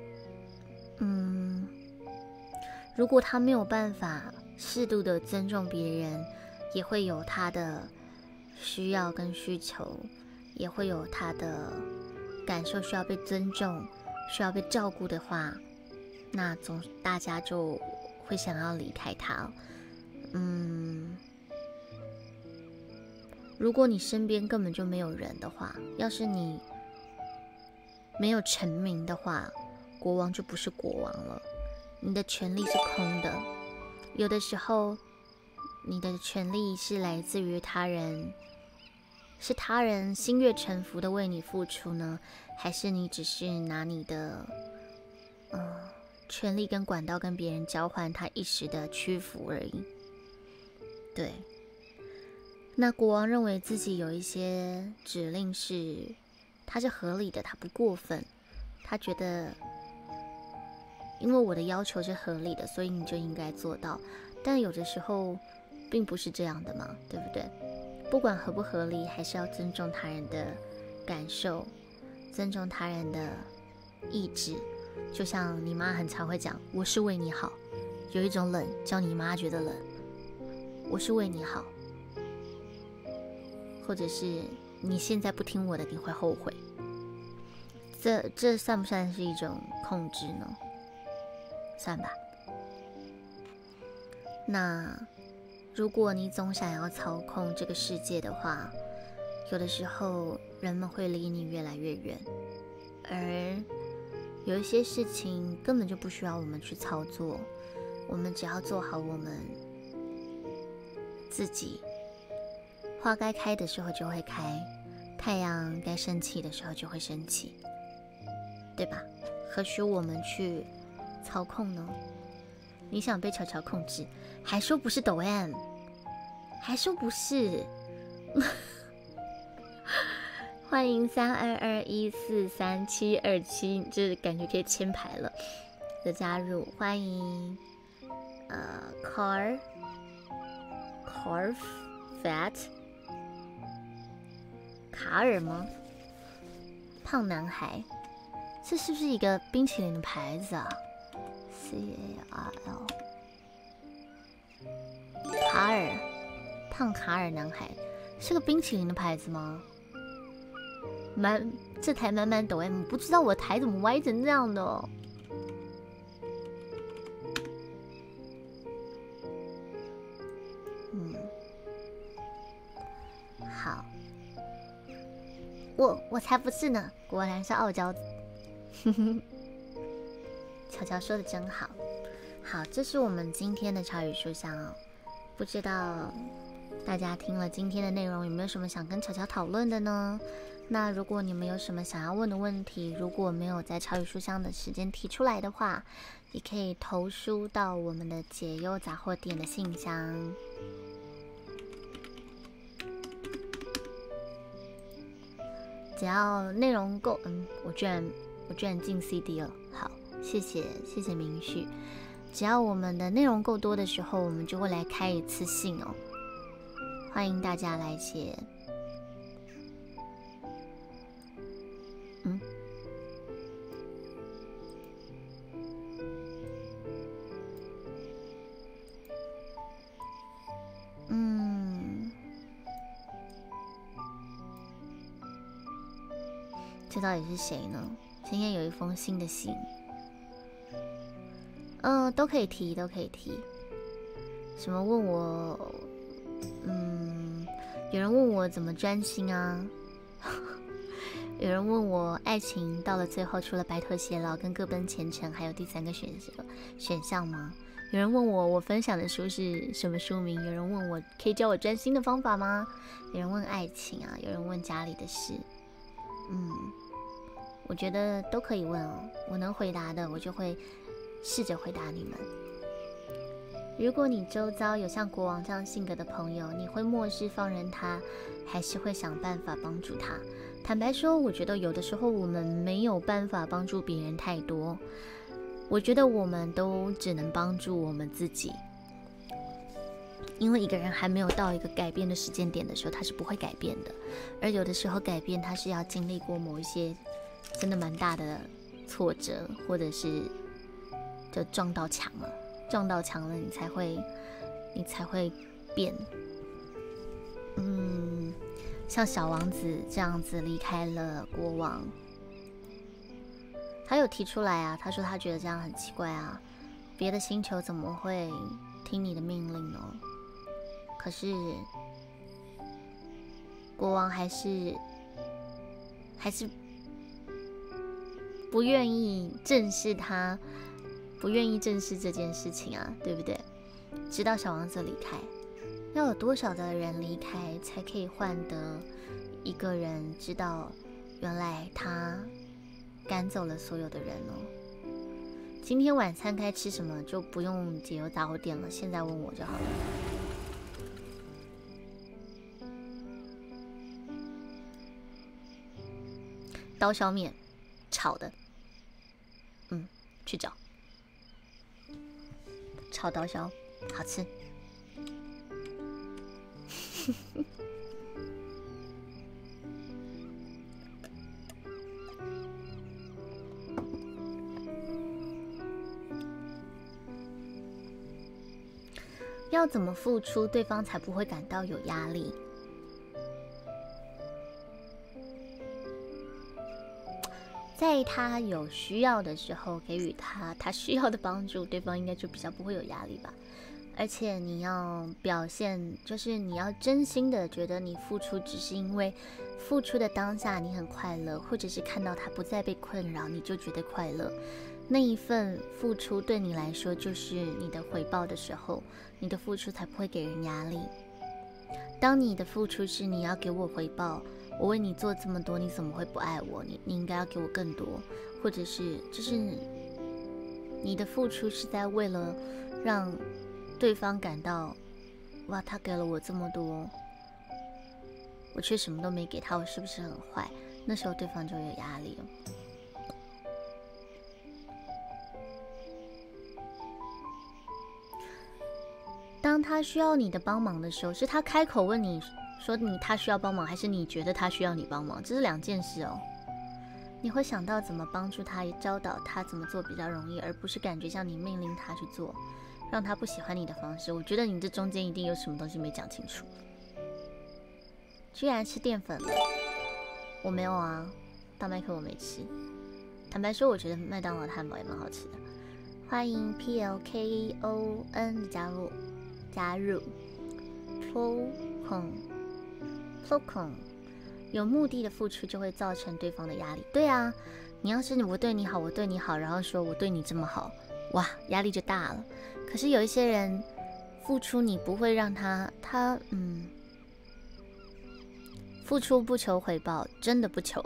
A: 如果他没有办法适度的尊重别人，也会有他的需要跟需求，也会有他的感受需要被尊重，需要被照顾的话，那大家就会想要离开他。如果你身边根本就没有人的话，要是你没有臣民的话，国王就不是国王了，你的权力是空的。有的时候你的权力是来自于他人，是他人心悦诚服的为你付出呢，还是你只是拿你的权力跟管道跟别人交换他一时的屈服而已。对，那国王认为自己有一些指令他是合理的，他不过分，他觉得因为我的要求是合理的，所以你就应该做到。但有的时候并不是这样的嘛，对不对？不管合不合理，还是要尊重他人的感受，尊重他人的意志。 就像你妈很常会讲，我是为你好。有一种冷叫你妈觉得冷，我是为你好，或者是你现在不听我的，你会后悔。这算不算是一种控制呢？算吧。那如果你总想要操控这个世界的话，有的时候人们会离你越来越远，而有一些事情根本就不需要我们去操作，我们只要做好我们自己。花该开的时候就会开，太阳该升起的时候就会升起，对吧？何须我们去操控呢？你想被巧巧控制，还说不是抖 M， 还说不是。欢迎3221432727，这感觉可以签牌了的加入，欢迎Carf Fat 卡尔吗？胖男孩，这是不是一个冰淇淋的牌子啊？CARL 卡尔，胖卡尔男孩是个冰淇淋的牌子吗？这台满满抖 M， 不知道我台怎么歪成这样的哦。好，我才不是呢，果然是傲娇子。巧巧说的真好。好，这是我们今天的潮语书香哦。不知道大家听了今天的内容，有没有什么想跟巧巧讨论的呢？那如果你们有什么想要问的问题，如果没有在潮语书香的时间提出来的话，也可以投书到我们的解忧杂货店的信箱。只要内容够，我居然进 CD 了，好，谢谢明旭。只要我们的内容够多的时候，我们就会来开一次信哦，欢迎大家来写。这到底是谁呢？今天有一封新的信，都可以提，什么问我，有人问我怎么专心啊，有人问我爱情到了最后，除了白头偕老跟各奔前程，还有第三个选项吗？有人问我分享的书是什么书名？有人问我可以教我专心的方法吗？有人问爱情啊，有人问家里的事。我觉得都可以问哦，我能回答的我就会试着回答你们。如果你周遭有像国王这样性格的朋友，你会漠视放任他，还是会想办法帮助他？坦白说，我觉得有的时候我们没有办法帮助别人太多，我觉得我们都只能帮助我们自己。因为一个人还没有到一个改变的时间点的时候，他是不会改变的。而有的时候改变，他是要经历过某一些真的蛮大的挫折，或者是就撞到墙了，你才会变。像小王子这样子离开了国王，他有提出来啊，他说他觉得这样很奇怪啊，别的星球怎么会听你的命令呢？可是国王还是不愿意正视他，不愿意正视这件事情啊，对不对？直到小王子离开，要有多少的人离开，才可以换得一个人知道，原来他赶走了所有的人呢？今天晚餐该吃什么，就不用解忧杂货店了，现在问我就好了。刀削面，炒的，去找炒刀削，好吃。 要怎么付出，对方才不会感到有压力？在他有需要的时候，给予他需要的帮助，对方应该就比较不会有压力吧。而且你要表现，就是你要真心的觉得你付出只是因为付出的当下你很快乐，或者是看到他不再被困扰，你就觉得快乐。那一份付出对你来说就是你的回报的时候，你的付出才不会给人压力。当你的付出是你要给我回报，我为你做这么多，你怎么会不爱我？你应该要给我更多，或者是就是你的付出是在为了让对方感到，哇，他给了我这么多，我却什么都没给他，我是不是很坏？那时候对方就有压力了。当他需要你的帮忙的时候，是他开口问你说他需要帮忙，还是你觉得他需要你帮忙？这是两件事哦。你会想到怎么帮助他，教导他怎么做比较容易，而不是感觉像你命令他去做，让他不喜欢你的方式。我觉得你这中间一定有什么东西没讲清楚。居然吃淀粉了，我没有啊，大麦克我没吃。坦白说，我觉得麦当劳汉堡也蛮好吃的。欢迎 PLKON 的加入 Plocon 有目的的付出就会造成对方的压力。对啊，你要是我对你好，然后说我对你这么好，哇，压力就大了。可是有一些人付出你不会让他付出不求回报，真的不求。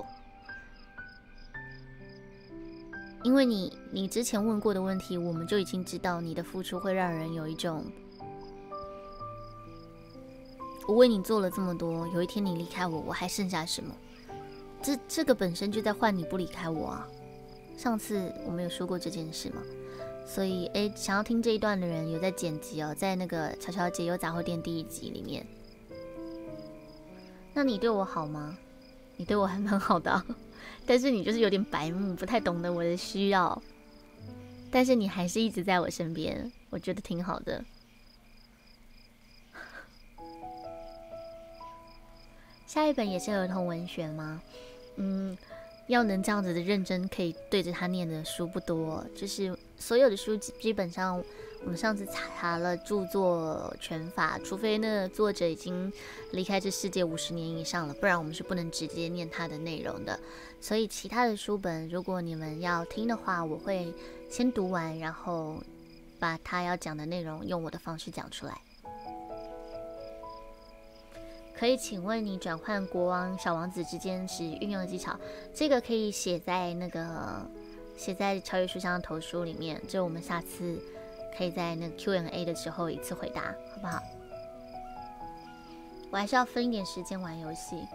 A: 因为你之前问过的问题，我们就已经知道你的付出会让人有一种，我为你做了这么多，有一天你离开我，我还剩下什么？这个本身就在换你不离开我啊。上次我们有说过这件事吗？所以想要听这一段的人有在剪辑哦，在那个乔乔解忧杂货店第1集里面。那你对我好吗？你对我还蛮好的啊，但是你就是有点白目，不太懂得我的需要。但是你还是一直在我身边，我觉得挺好的。下一本也是儿童文学吗？要能这样子的认真可以对着他念的书不多，就是所有的书基本上我们上次查了著作权法，除非那个作者已经离开这世界50年以上了，不然我们是不能直接念他的内容的。所以其他的书本如果你们要听的话，我会先读完，然后把他要讲的内容用我的方式讲出来。可以请问你转换国王小王子之间时运用的技巧，这个可以写在超越书香的投书里面，就我们下次可以在那个 Q&A 的时候一次回答，好不好？我还是要分一点时间玩游戏。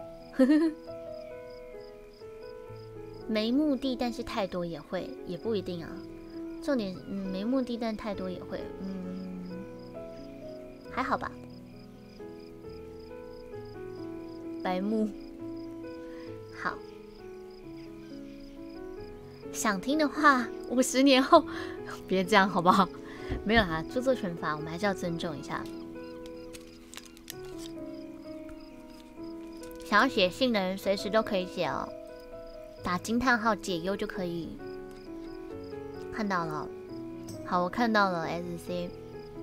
A: 没目的但是太多也会，也不一定啊。重点没目的但太多也会，还好吧。白目，好，想听的话，50年后，别这样好不好？没有啦，著作权法我们还是要尊重一下。想要写信的人随时都可以写哦，打惊叹号解忧就可以。看到了，好，我看到了 SC。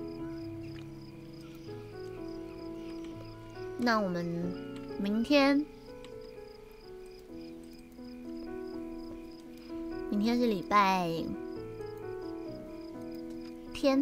A: 那我们明天是礼拜天，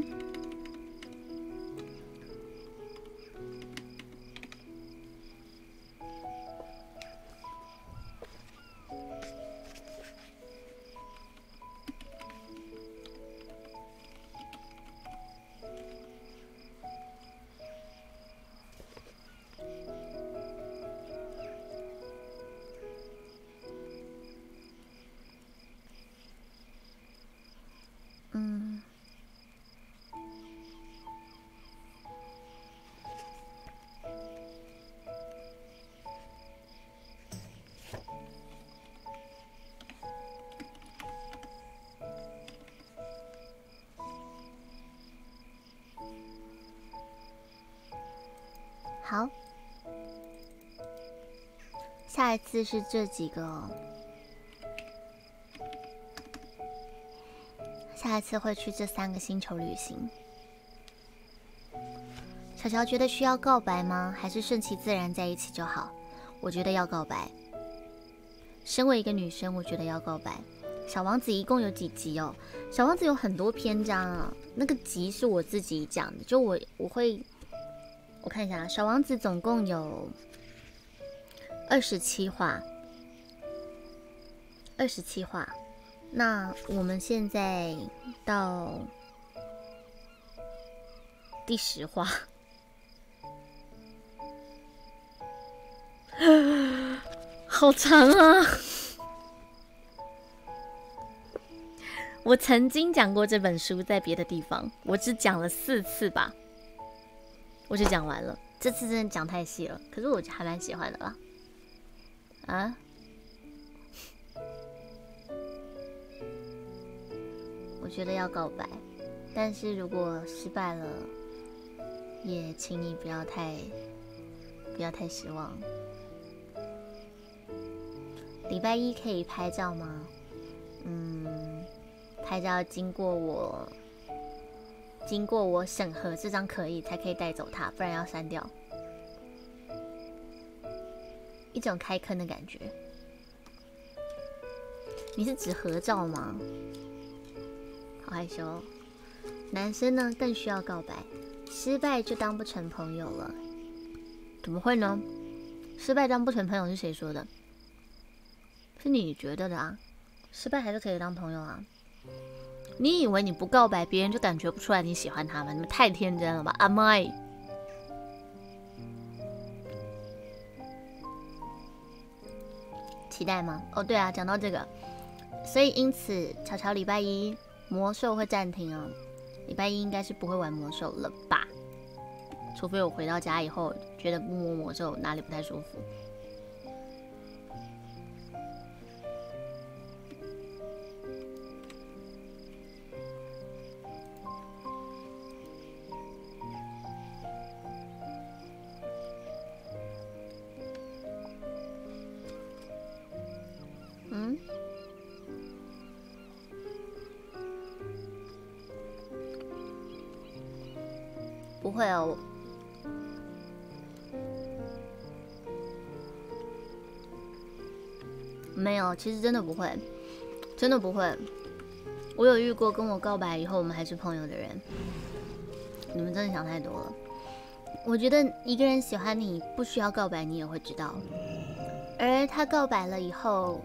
A: 好，下一次是这几个哦。下一次会去这3个星球旅行。小乔觉得需要告白吗？还是顺其自然在一起就好？我觉得要告白。身为一个女生，我觉得要告白。小王子一共有几集哦？小王子有很多篇章啊，那个集是我自己讲的，就我看一下，小王子总共有27话，27话。那我们现在到第10话，好长啊！我曾经讲过这本书，在别的地方，我只讲了4次吧，我就讲完了。这次真的讲太细了，可是我还蛮喜欢的啦。啊？我觉得要告白，但是如果失败了，也请你不要太失望。礼拜一可以拍照吗？拍照经过我审核，这张可以才可以带走它，不然要删掉。一种开坑的感觉。你是指合照吗？好害羞。男生呢更需要告白，失败就当不成朋友了。怎么会呢？失败当不成朋友是谁说的？是你觉得的啊。失败还是可以当朋友啊。你以为你不告白，别人就感觉不出来你喜欢他吗？你们太天真了吧！阿麦，期待吗？哦，对啊，讲到这个，所以因此，巧巧礼拜一魔兽会暂停哦。礼拜一应该是不会玩魔兽了吧？除非我回到家以后觉得不摸魔兽哪里不太舒服。不会哦，没有，其实真的不会，真的不会。我有遇过跟我告白以后我们还是朋友的人，你们真的想太多了。我觉得一个人喜欢你，不需要告白你也会知道，而他告白了以后，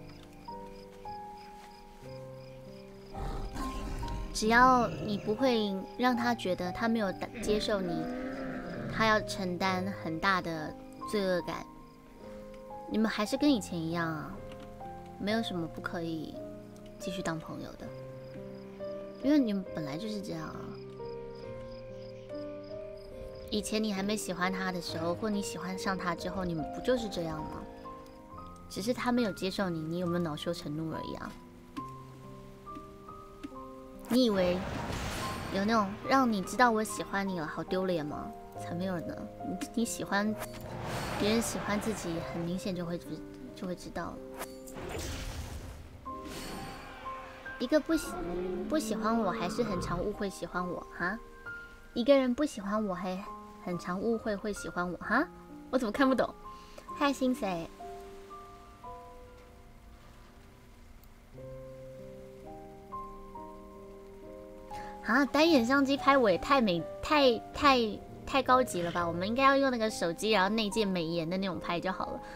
A: 只要你不会让他觉得他没有接受你，他要承担很大的罪恶感，你们还是跟以前一样啊，没有什么不可以继续当朋友的，因为你们本来就是这样啊。以前你还没喜欢他的时候，或你喜欢上他之后，你们不就是这样吗？只是他没有接受你，你有没有恼羞成怒而已啊。你以为有那种让你知道我喜欢你了，好丢脸吗？才没有呢。你喜欢别人，喜欢自己，很明显就会知道了。一个不喜欢我，还是很常误会喜欢我哈？一个人不喜欢我，还很常误会会喜欢我哈？我怎么看不懂？嗨，心谁？啊，单眼相机拍我也太美太高级了吧？我们应该要用那个手机，然后内建美颜的那种拍就好了。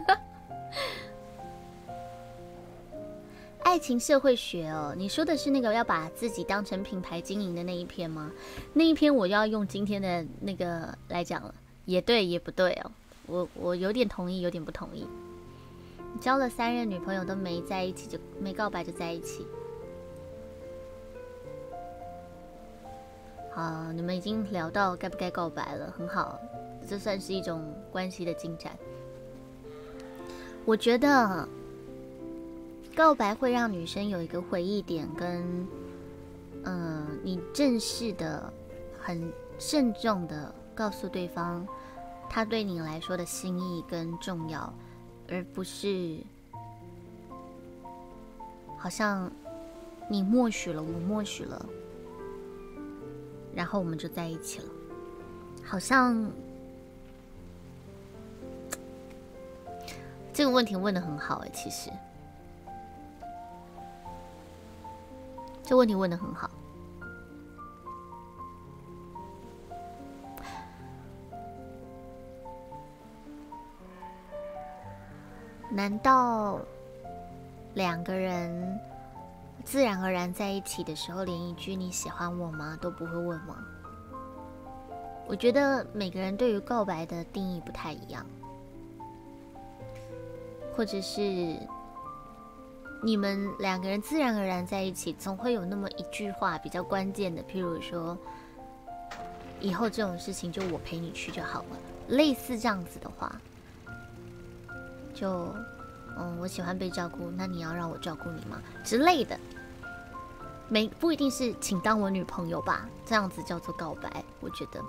A: 爱情社会学哦，你说的是那个要把自己当成品牌经营的那一篇吗？那一篇我要用今天的那个来讲了，也对也不对哦。我有点同意，有点不同意。交了3任女朋友都没在一起，就没告白就在一起。好，你们已经聊到该不该告白了，很好，这算是一种关系的进展。我觉得告白会让女生有一个回忆点，跟你正式的、很慎重的告诉对方他对你来说的心意跟重要，而不是好像你默许了，我默许了，然后我们就在一起了。好像这个问题问得很好其实这问题问得很好。难道两个人自然而然在一起的时候，连一句你喜欢我吗都不会问吗？我觉得每个人对于告白的定义不太一样，或者是你们两个人自然而然在一起，总会有那么一句话比较关键的，譬如说以后这种事情就我陪你去就好了，类似这样子的话，就我喜欢被照顾，那你要让我照顾你吗之类的，不一定是请当我女朋友吧，这样子叫做告白，我觉得。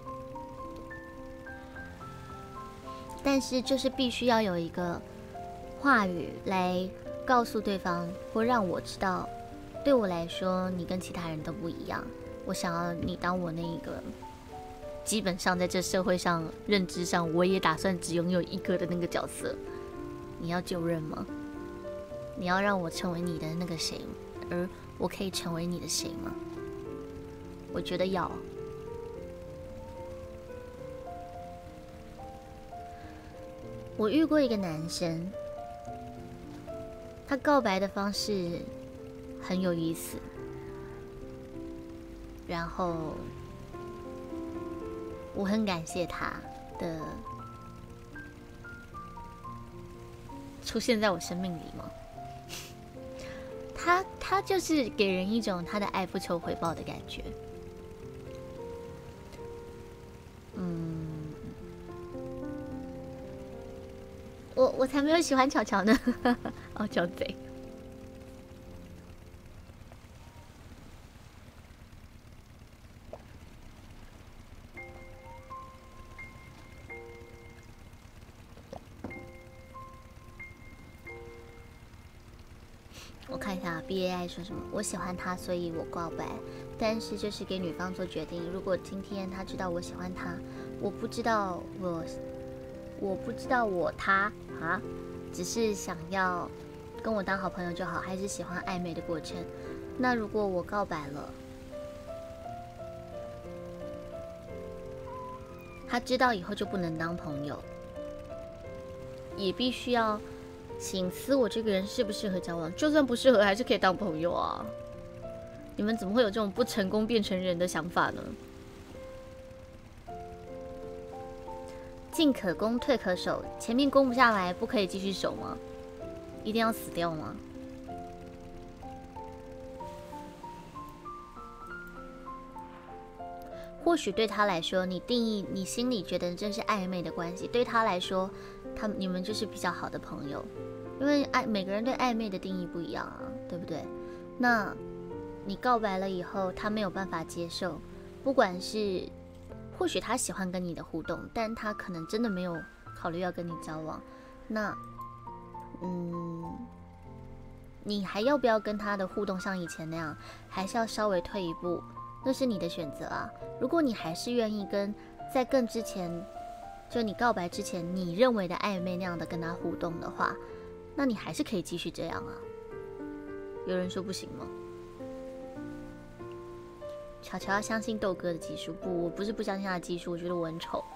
A: 但是就是必须要有一个话语来告诉对方，或让我知道，对我来说你跟其他人都不一样，我想要你当我那一个基本上在这社会上认知上我也打算只拥有一个的那个角色。你要就任吗？你要让我成为你的那个谁，而我可以成为你的谁吗？我觉得要。我遇过一个男生，他告白的方式很有意思，然后我很感谢他的出现在我生命里嘛。他就是给人一种他的爱不求回报的感觉。我才没有喜欢巧巧呢。哦，巧贼。我看一下 BAI 说什么。我喜欢他，所以我告白，但是就是给女方做决定。如果今天他知道我喜欢他，我不知道他只是想要跟我当好朋友就好，还是喜欢暧昧的过程。那如果我告白了，他知道以后就不能当朋友，也必须要省思我这个人适不适合交往，就算不适合还是可以当朋友啊。你们怎么会有这种不成功变成人的想法呢？进可攻退可守，前面攻不下来不可以继续守吗？一定要死掉吗？或许对他来说，你定义你心里觉得这是暧昧的关系，对他来说你们就是比较好的朋友，因为每个人对暧昧的定义不一样啊，对不对？那你告白了以后，他没有办法接受，不管是或许他喜欢跟你的互动，但他可能真的没有考虑要跟你交往，那你还要不要跟他的互动像以前那样，还是要稍微退一步，那是你的选择啊。如果你还是愿意跟在更之前，就你告白之前你认为的暧昧那样的跟他互动的话，那你还是可以继续这样啊。有人说不行吗？巧巧要相信豆哥的技术，我不是不相信他的技术，我觉得我很丑。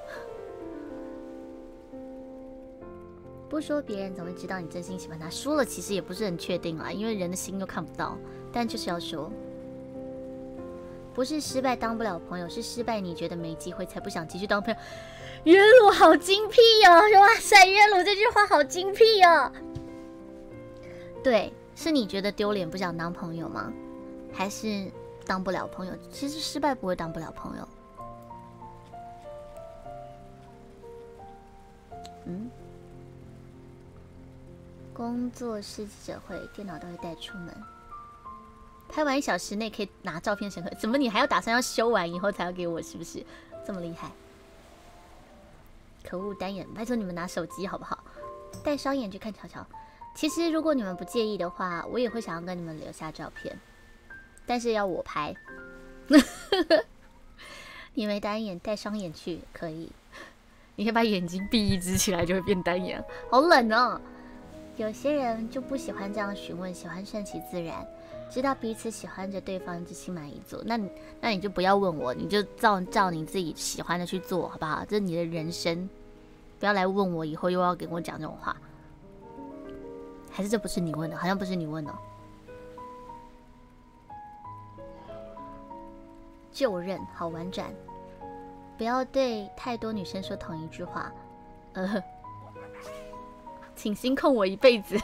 A: 不说别人怎么会知道你真心喜欢他？说了其实也不是很确定啦，因为人的心又看不到，但就是要说。不是失败当不了朋友，是失败你觉得没机会才不想继续当朋友。约鲁好精辟哦！哇塞，约鲁这句话好精辟哦。对，是你觉得丢脸不想当朋友吗？还是当不了朋友？其实失败不会当不了朋友。工作室记者会，电脑都会带出门。拍完1小时内可以拿照片审核，怎么你还要打算要修完以后才要给我？是不是这么厉害？ 可恶，单眼，拜托你们拿手机好不好？带双眼去看乔乔。其实如果你们不介意的话，我也会想要跟你们留下照片，但是要我拍。你没单眼，带双眼去可以。
B: 你可以把眼睛闭一只起来，就会变单眼。
A: 好冷哦。有些人就不喜欢这样询问，喜欢顺其自然，知道彼此喜欢着对方就心满意足。那你就不要问我，你就照你自己喜欢的去做，好不好？这是你的人生，不要来问我，以后又要跟我讲这种话。还是这不是你问的？好像不是你问的。就任好婉转，不要对太多女生说同一句话。请心控我一辈子。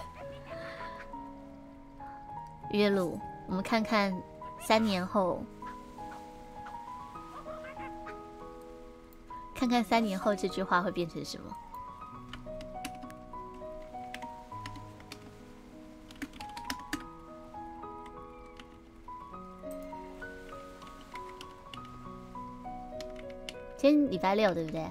A: 约鲁，我们看看3年后，看看3年后这句话会变成什么。今天礼拜6，对不对？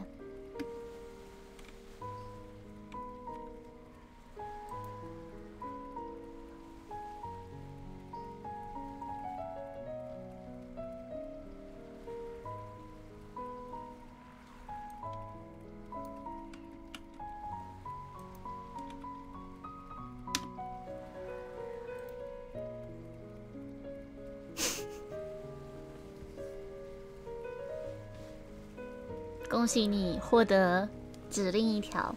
A: 恭喜你获得指令1条。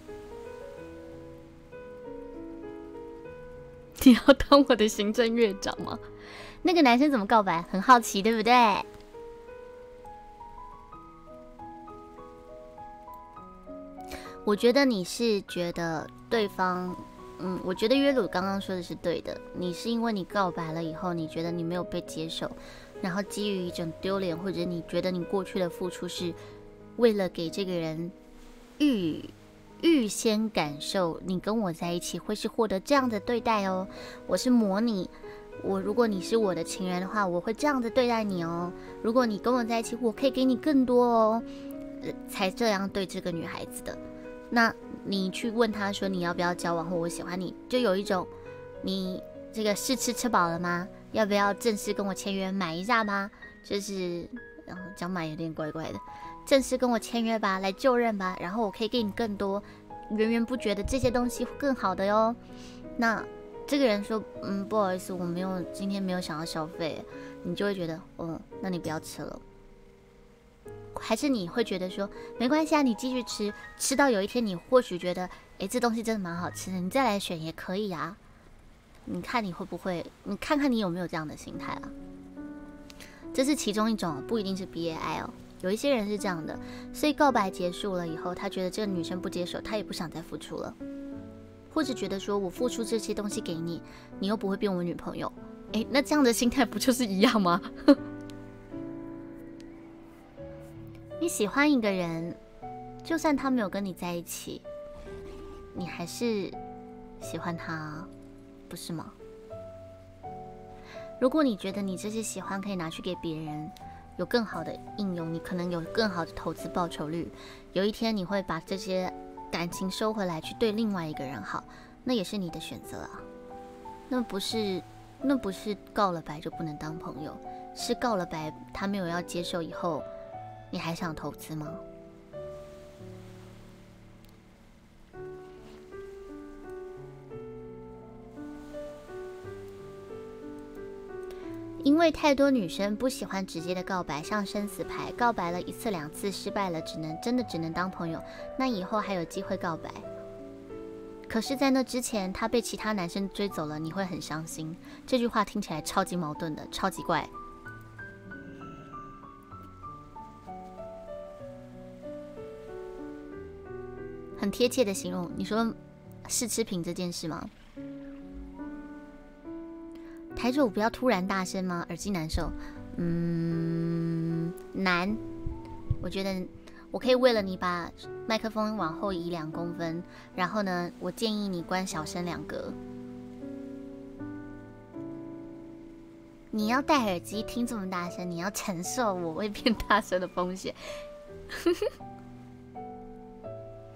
A: 你要当我的行政院长吗？那个男生怎么告白？很好奇，对不对？我觉得你是觉得对方，我觉得约鲁刚刚说的是对的。你是因为你告白了以后，你觉得你没有被接受，然后基于一种丢脸，或者你觉得你过去的付出是为了给这个人预先感受你跟我在一起会是获得这样的对待哦。我是模拟，如果你是我的情人的话，我会这样的对待你哦。如果你跟我在一起，我可以给你更多哦，才这样对这个女孩子的。那你去问他说你要不要交往，或我喜欢你，就有一种你这个试吃饱了吗？要不要正式跟我签约买一下吗？就是讲买有点怪怪的。正式跟我签约吧，来就任吧，然后我可以给你更多源源不绝的这些东西，更好的哟。那这个人说，不好意思，今天没有想要消费，你就会觉得，那你不要吃了。还是你会觉得说，没关系啊，你继续吃，吃到有一天你或许觉得，这东西真的蛮好吃的，你再来选也可以啊。你看你会不会，你看看你有没有这样的心态啊？这是其中一种，不一定是 BAI 哦。有一些人是这样的，所以告白结束了以后，他觉得这个女生不接受，他也不想再付出了，或者觉得说我付出这些东西给你，你又不会变我女朋友，那这样的心态不就是一样吗？你喜欢一个人，就算他没有跟你在一起，你还是喜欢他，不是吗？如果你觉得你这些喜欢可以拿去给别人，有更好的应用，你可能有更好的投资报酬率，有一天你会把这些感情收回来去对另外一个人好，那也是你的选择啊。那不是告了白就不能当朋友，是告了白他没有要接受以后，你还想投资吗？因为太多女生不喜欢直接的告白，像生死牌，告白了1次2次失败了，真的只能当朋友，那以后还有机会告白。可是在那之前他被其他男生追走了，你会很伤心。这句话听起来超级矛盾的，超级怪。很贴切的形容，你说试吃品这件事吗？台主不要突然大声吗？耳机难受。难。我觉得我可以为了你把麦克风往后移2公分，然后呢，我建议你关小声2格。你要戴耳机听这么大声，你要承受我会变大声的风险。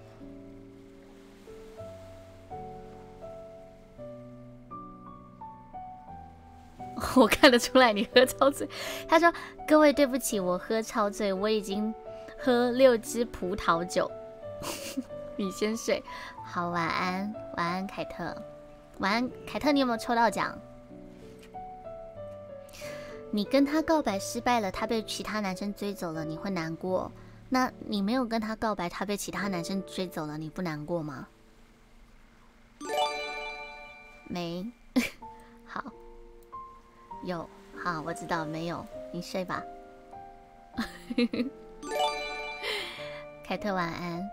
A: 我看得出来你喝超醉。他说：“各位对不起，我喝超醉，我已经喝6支葡萄酒。”你先睡，好，晚安，晚安，凯特，晚安，凯特，你有没有抽到奖？你跟他告白失败了，他被其他男生追走了，你会难过？那你没有跟他告白，他被其他男生追走了，你不难过吗？没，好，有，好，我知道，没有，你睡吧。凯特晚安，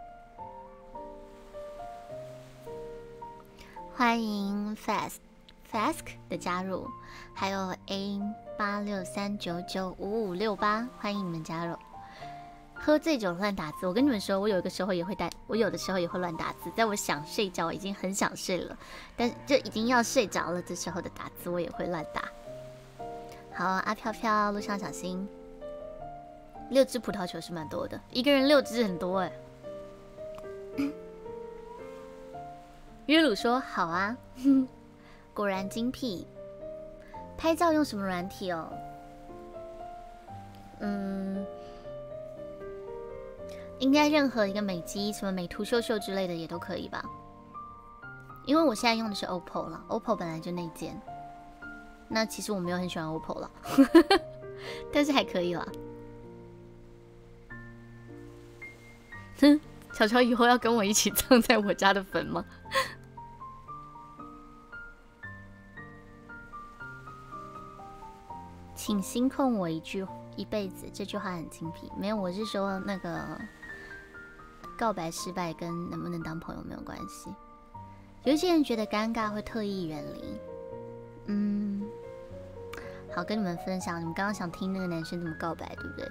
A: 欢迎 Fask 的加入，还有 A8639955568，欢迎你们加入。喝醉酒乱打字，我跟你们说，我有的时候也会乱打字，在我想睡觉，已经很想睡了，但是就已经要睡着了，这时候的打字我也会乱打。好，阿飘飘，路上小心。6支葡萄球是蛮多的，一个人6支很多哎。约鲁说好啊，果然精辟。拍照用什么软体哦？应该任何一个美肌，什么美图秀秀之类的也都可以吧。因为我现在用的是 OPPO 了 ，OPPO 本来就内建。那其实我没有很喜欢 OPPO 了，但是还可以啦。哼，巧巧以后要跟我一起葬在我家的坟吗？请心控我一辈子，这句话很精辟。没有，我是说那个告白失败跟能不能当朋友没有关系。有一些人觉得尴尬会特意远离。好，跟你们分享，你们刚刚想听那个男生怎么告白，对不对？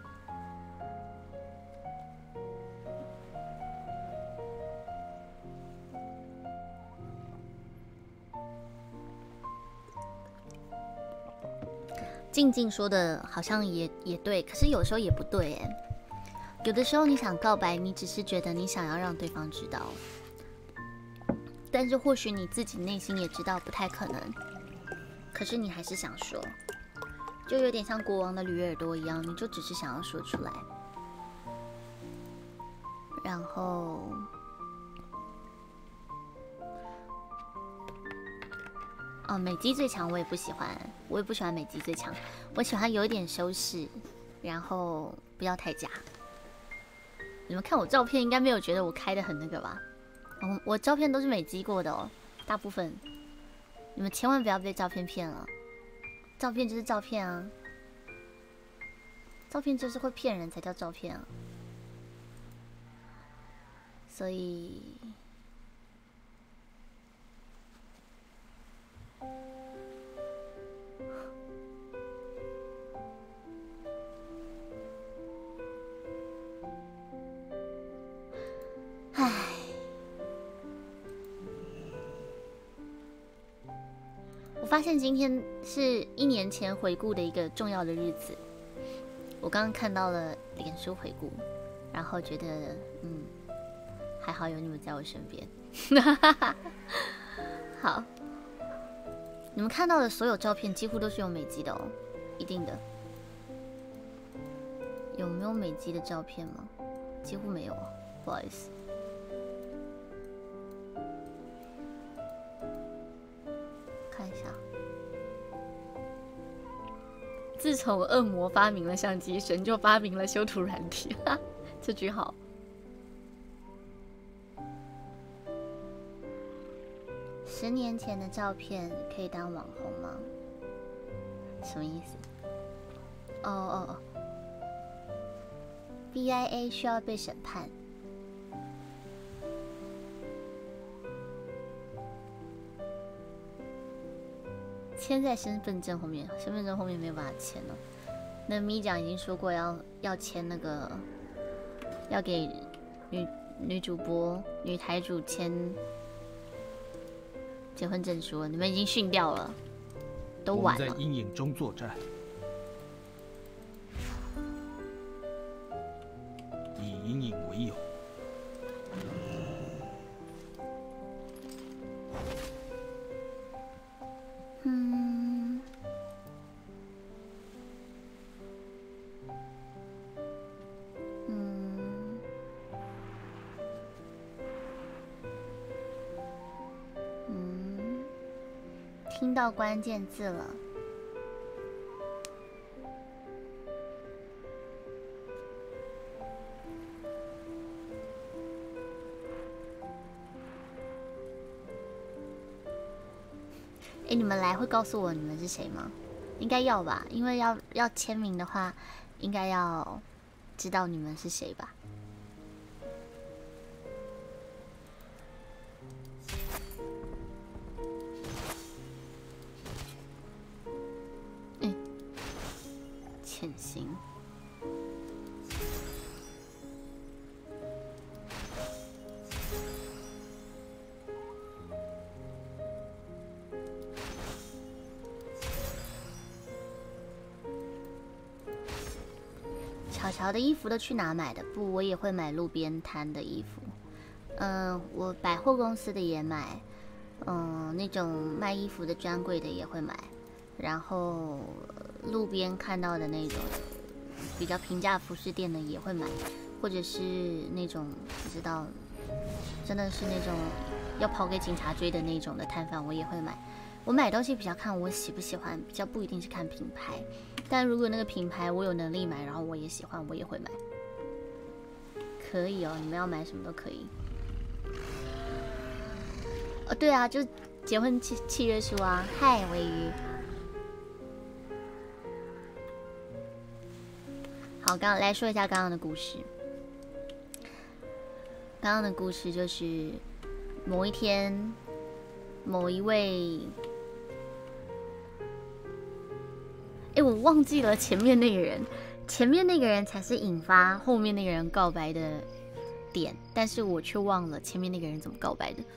A: 静静说的好像也对，可是有时候也不对哎。有的时候你想告白，你只是觉得你想要让对方知道，但是或许你自己内心也知道不太可能，可是你还是想说，就有点像国王的驴耳朵一样，你就只是想要说出来。然后哦，美肌最强我也不喜欢，我也不喜欢美肌最强，我喜欢有一点修饰，然后不要太假。你们看我照片，应该没有觉得我开的很那个吧？我照片都是美肌过的哦，大部分。你们千万不要被照片骗了，照片就是照片啊，照片就是会骗人才叫照片啊。所以，唉，我发现今天是1年前回顾的一个重要的日子。我刚刚看到了脸书回顾，然后觉得还好有你们在我身边。好，你们看到的所有照片几乎都是用美肌的哦，一定的。有没有美肌的照片吗？几乎没有啊，不好意思。看一下。自从恶魔发明了相机，神就发明了修图软体。这句好。10年前的照片可以当网红吗？什么意思？哦 ，BIA 需要被审判。签在身份证后面，身份证后面没有办法签了。那咪酱已经说过要签那个，要给女主播、女台主签结婚证书了，你们已经训掉了，都晚了。
C: 我们在阴影中作战，以阴影为友。
A: 听到关键字了。哎，你们来会告诉我你们是谁吗？应该要吧，因为要签名的话，应该要知道你们是谁吧。潜行。巧巧的衣服都去哪买的？不，我也会买路边摊的衣服。我百货公司的也买，那种卖衣服的专柜的也会买，然后路边看到的那种比较平价服饰店的也会买，或者是那种不知道，真的是那种要跑给警察追的那种的摊贩，我也会买。我买东西比较看我喜不喜欢，比较不一定是看品牌。但如果那个品牌我有能力买，然后我也喜欢，我也会买。可以哦，你们要买什么都可以。哦，对啊，就结婚契约书啊。嗨，尾鱼。好，刚刚来说一下刚刚的故事。刚刚的故事就是某一天，某一位。哎，我忘记了前面那个人，前面那个人才是引发后面那个人告白的点，但是我却忘了前面那个人怎么告白的。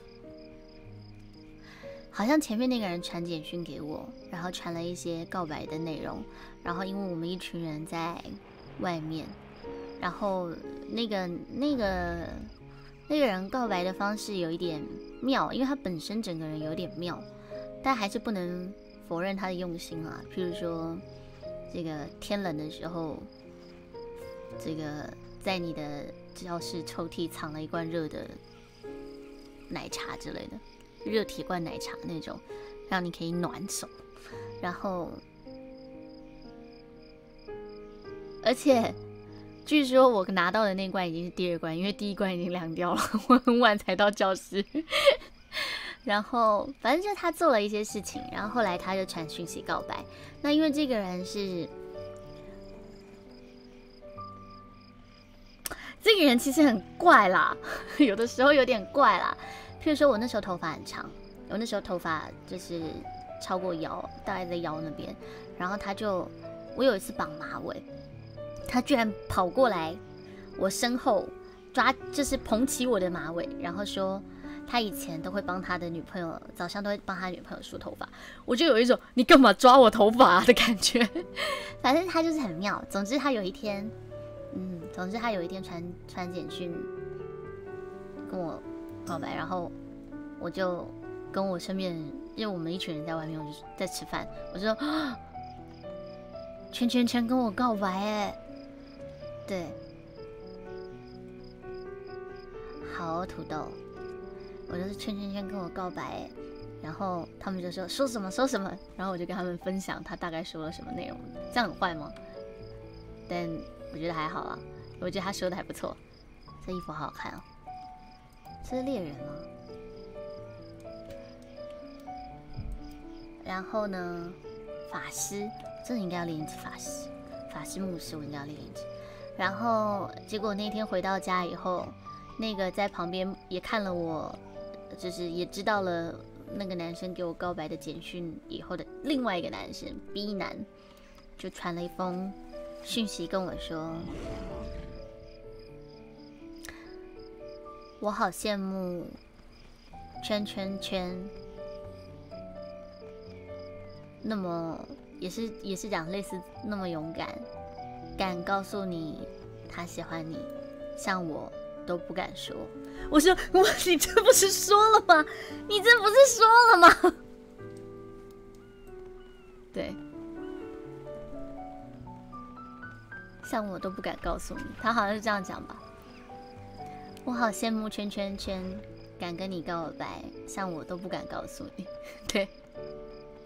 A: 好像前面那个人传简讯给我，然后传了一些告白的内容，然后因为我们一群人在外面，然后那个人告白的方式有一点妙，因为他本身整个人有点妙，但还是不能否认他的用心啊。譬如说，这个天冷的时候，这个在你的教室抽屉藏了一罐热的奶茶之类的，热铁罐奶茶那种，让你可以暖手。然后，而且据说我拿到的那罐已经是第二罐，因为第一罐已经凉掉了，我很晚才到教室。然后反正就是他做了一些事情，然后后来他就传讯息告白。那因为这个人是，这个人其实很怪啦，有的时候有点怪啦。譬如说我那时候头发很长，我那时候头发就是超过腰，大概在腰那边。然后我有一次绑马尾，他居然跑过来我身后就是捧起我的马尾，然后说他以前都会帮他的女朋友，早上都会帮他女朋友梳头发。我就有一种你干嘛抓我头发的感觉。反正他就是很妙。总之他有一天传简讯跟我告白，然后我就跟我身边人，因为我们一群人在外面，我就在吃饭，我就说圈跟我告白哎，对，好土豆。我就是圈跟我告白欸，然后他们就说什么，然后我就跟他们分享他大概说了什么内容。这样很坏吗？但我觉得还好啊，我觉得他说的还不错。这衣服好好看哦，这是猎人吗？然后呢，法师真的应该要练一只法师牧师我应该要练一只。然后结果那天回到家以后，那个在旁边也看了我，就是也知道了那个男生给我告白的简讯以后的另外一个男生 B 男，就传了一封讯息跟我说，我好羡慕圈，那么也是讲类似那么勇敢告诉你他喜欢你，像我都不敢说。我说你这不是说了吗？你这不是说了吗？对，像我都不敢告诉你，他好像是这样讲吧。我好羡慕圈敢跟你告白，像我都不敢告诉你。对，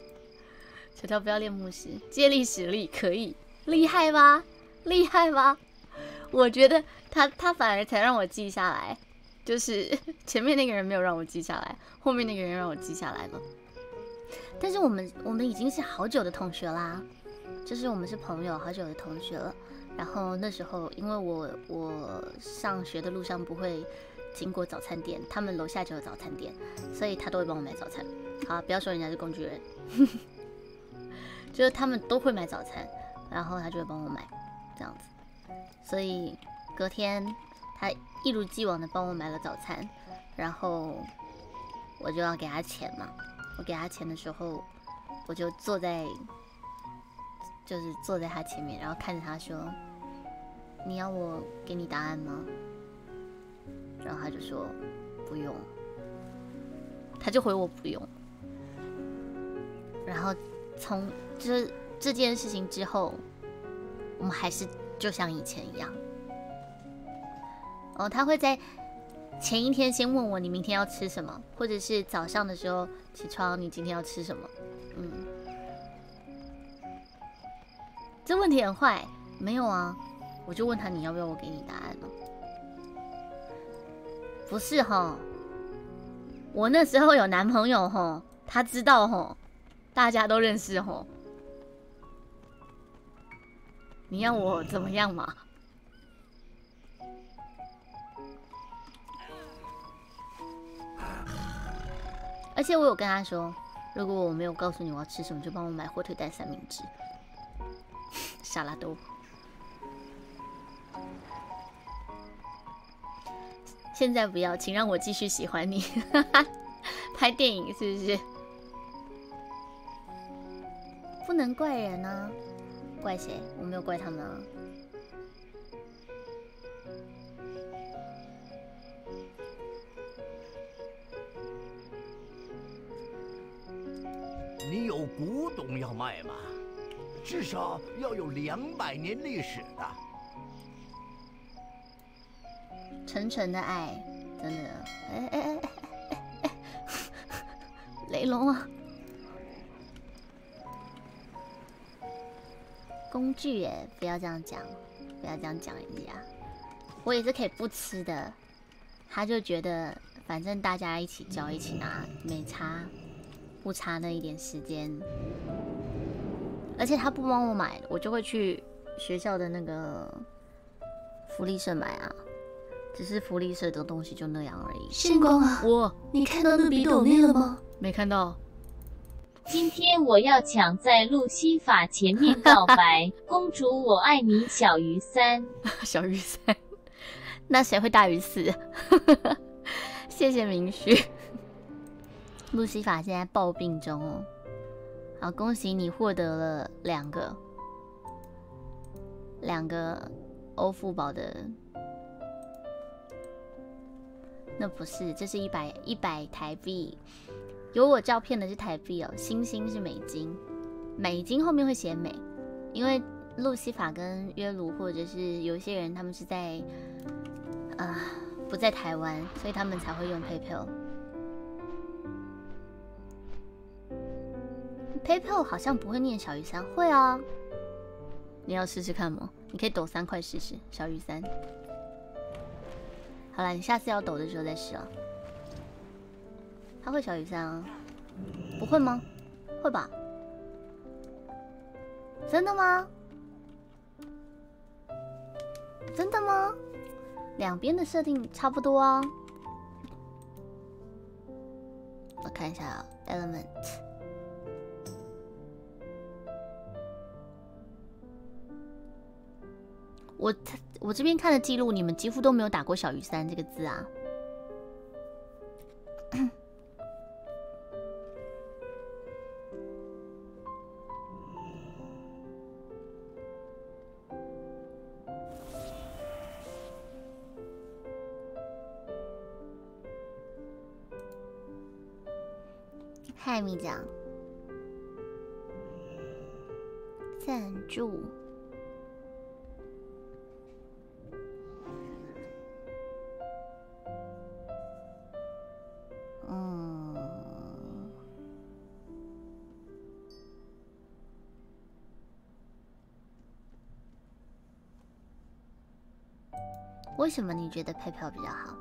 A: 九条不要恋慕时，借力使力可以，厉害吧？厉害吧？我觉得他反而才让我记下来，就是前面那个人没有让我记下来，后面那个人让我记下来了。但是我们已经是好久的同学啦，就是我们是朋友好久的同学了。然后那时候因为我上学的路上不会经过早餐店，他们楼下就有早餐店，所以他都会帮我买早餐。好，不要说人家是工具人，就是他们都会买早餐，然后他就会帮我买这样子。所以隔天他一如既往的帮我买了早餐，然后我就要给他钱嘛。我给他钱的时候，我就坐在他前面，然后看着他说：“你要我给你答案吗？”然后他就说：“不用。”他就回我不用。然后从这件事情之后，我们还是就像以前一样。他会在前一天先问我你明天要吃什么，或者是早上的时候起床你今天要吃什么。这问题很坏。没有啊，我就问他你要不要我给你答案呢？不是齁，我那时候有男朋友齁，他知道齁，大家都认识齁，你要我怎么样嘛？而且我有跟他说，如果我没有告诉你我要吃什么，就帮我买火腿蛋三明治、沙拉豆。现在不要，请让我继续喜欢你。拍电影是不是？不能怪人啊，怪谁？我没有怪他们啊。
D: 你有古董要卖吗？至少要有200年历史的。
A: 纯纯的爱，真的。雷龙啊！工具耶，不要这样讲，不要这样讲人家。我也是可以不吃的，他就觉得反正大家一起交一起拿，没差。不差那一点时间，而且他不帮我买，我就会去学校的那个福利社买啊。只是福利社的东西就那样而已。
E: 圣光啊，你看到那笔斗内了吗？
A: 没看到。
F: 今天我要抢在路西法前面告白，公主我爱你小于3。
A: 小于3，那谁会大于4？谢谢明旭。路西法现在暴病中哦，好，恭喜你获得了两个欧付宝的，那不是，这是100台币，有我照片的是台币哦，星星是美金，美金后面会写美，因为路西法跟约卢或者是有些人他们是在不在台湾，所以他们才会用 PayPal。PayPal 好像不会念小于3，会啊。你要试试看吗？你可以抖3块试试，小于3。好了，你下次要抖的时候再试啊。它会小于3啊？不会吗？会吧？真的吗？真的吗？两边的设定差不多啊。我看一下啊 ，Element。我这边看的记录，你们几乎都没有打过小于3这个字啊。嗨，米酱，赞助。 为什么你觉得PayPal比较好？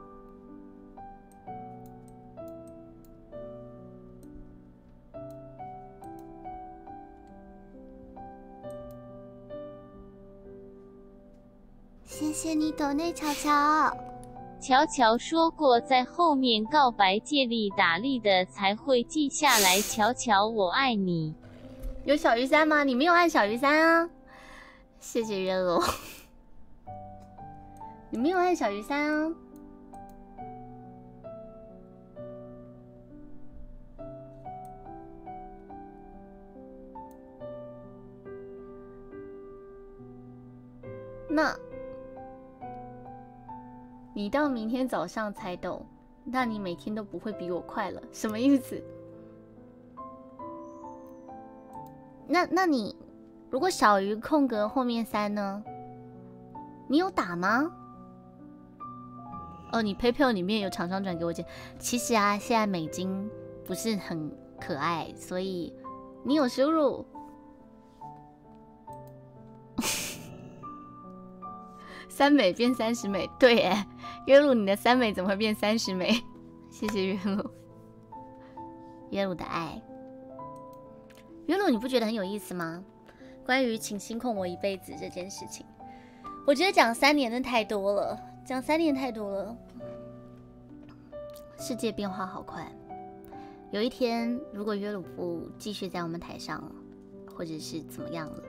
E: 谢谢你抖内巧巧。
F: 乔乔说过，在后面告白借力打力的才会记下来。乔乔，我爱你。
A: 有小鱼3吗？你没有按小鱼3啊？谢谢月落。你没有按小鱼3啊？那你到明天早上才抖，那你每天都不会比我快了，什么意思？那你如果小于空格后面3呢？你有打吗？哦，你 PayPal 里面有厂商转给我钱。其实啊，现在美金不是很可爱，所以你有输入。3美变30美，对耶，约鲁你的3美怎么会变30美？谢谢约鲁，约鲁的爱。约鲁，你不觉得很有意思吗？关于请心控我一辈子这件事情，我觉得讲3年的太多了，讲3年太多了。世界变化好快，有一天如果约鲁不继续在我们台上，或者是怎么样了，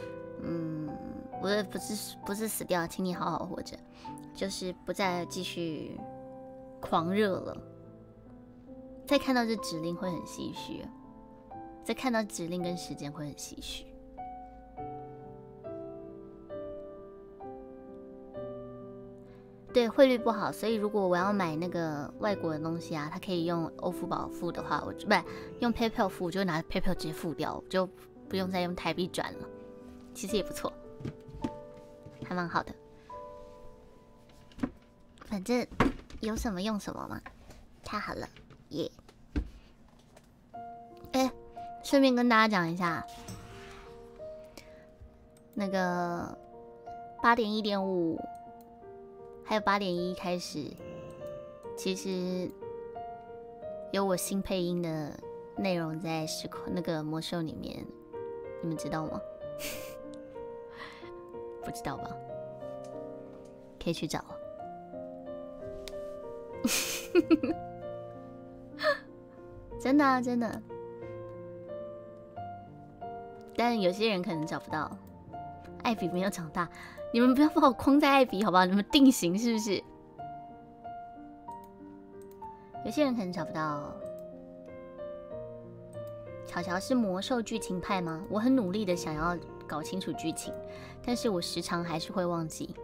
A: 不是死掉，请你好好活着，就是不再继续狂热了。再看到这指令会很唏嘘，再看到指令跟时间会很唏嘘。对，汇率不好，所以如果我要买那个外国的东西啊，它可以用欧付宝付的话，我就不用 PayPal 付，我就拿 PayPal 直接付掉，我就不用再用台币转了。其实也不错，还蛮好的。反正有什么用什么嘛，太好了，耶！顺便跟大家讲一下，那个8.1, 1.5。还有8.1开始，其实有我新配音的内容在那个魔兽里面，你们知道吗？不知道吧？可以去找。真的啊，真的。但有些人可能找不到。艾比没有长大。你们不要把我框在艾比好不好？你们定型是不是？有些人可能找不到。巧巧是魔兽剧情派吗？我很努力的想要搞清楚剧情，但是我时常还是会忘记。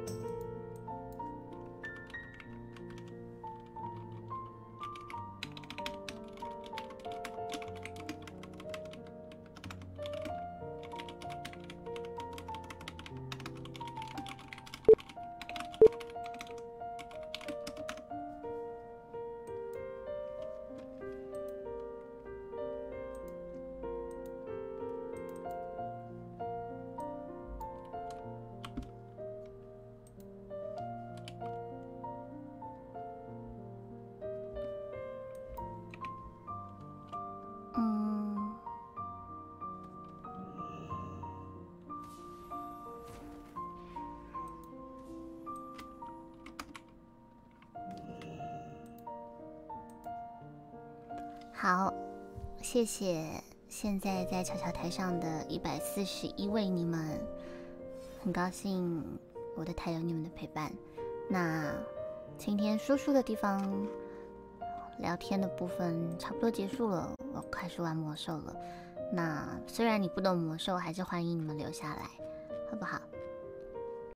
A: 好，谢谢现在在巧巧台上的141位你们，很高兴我的台有你们的陪伴。那今天说书的地方，聊天的部分差不多结束了，我开始玩魔兽了。那虽然你不懂魔兽，还是欢迎你们留下来，好不好？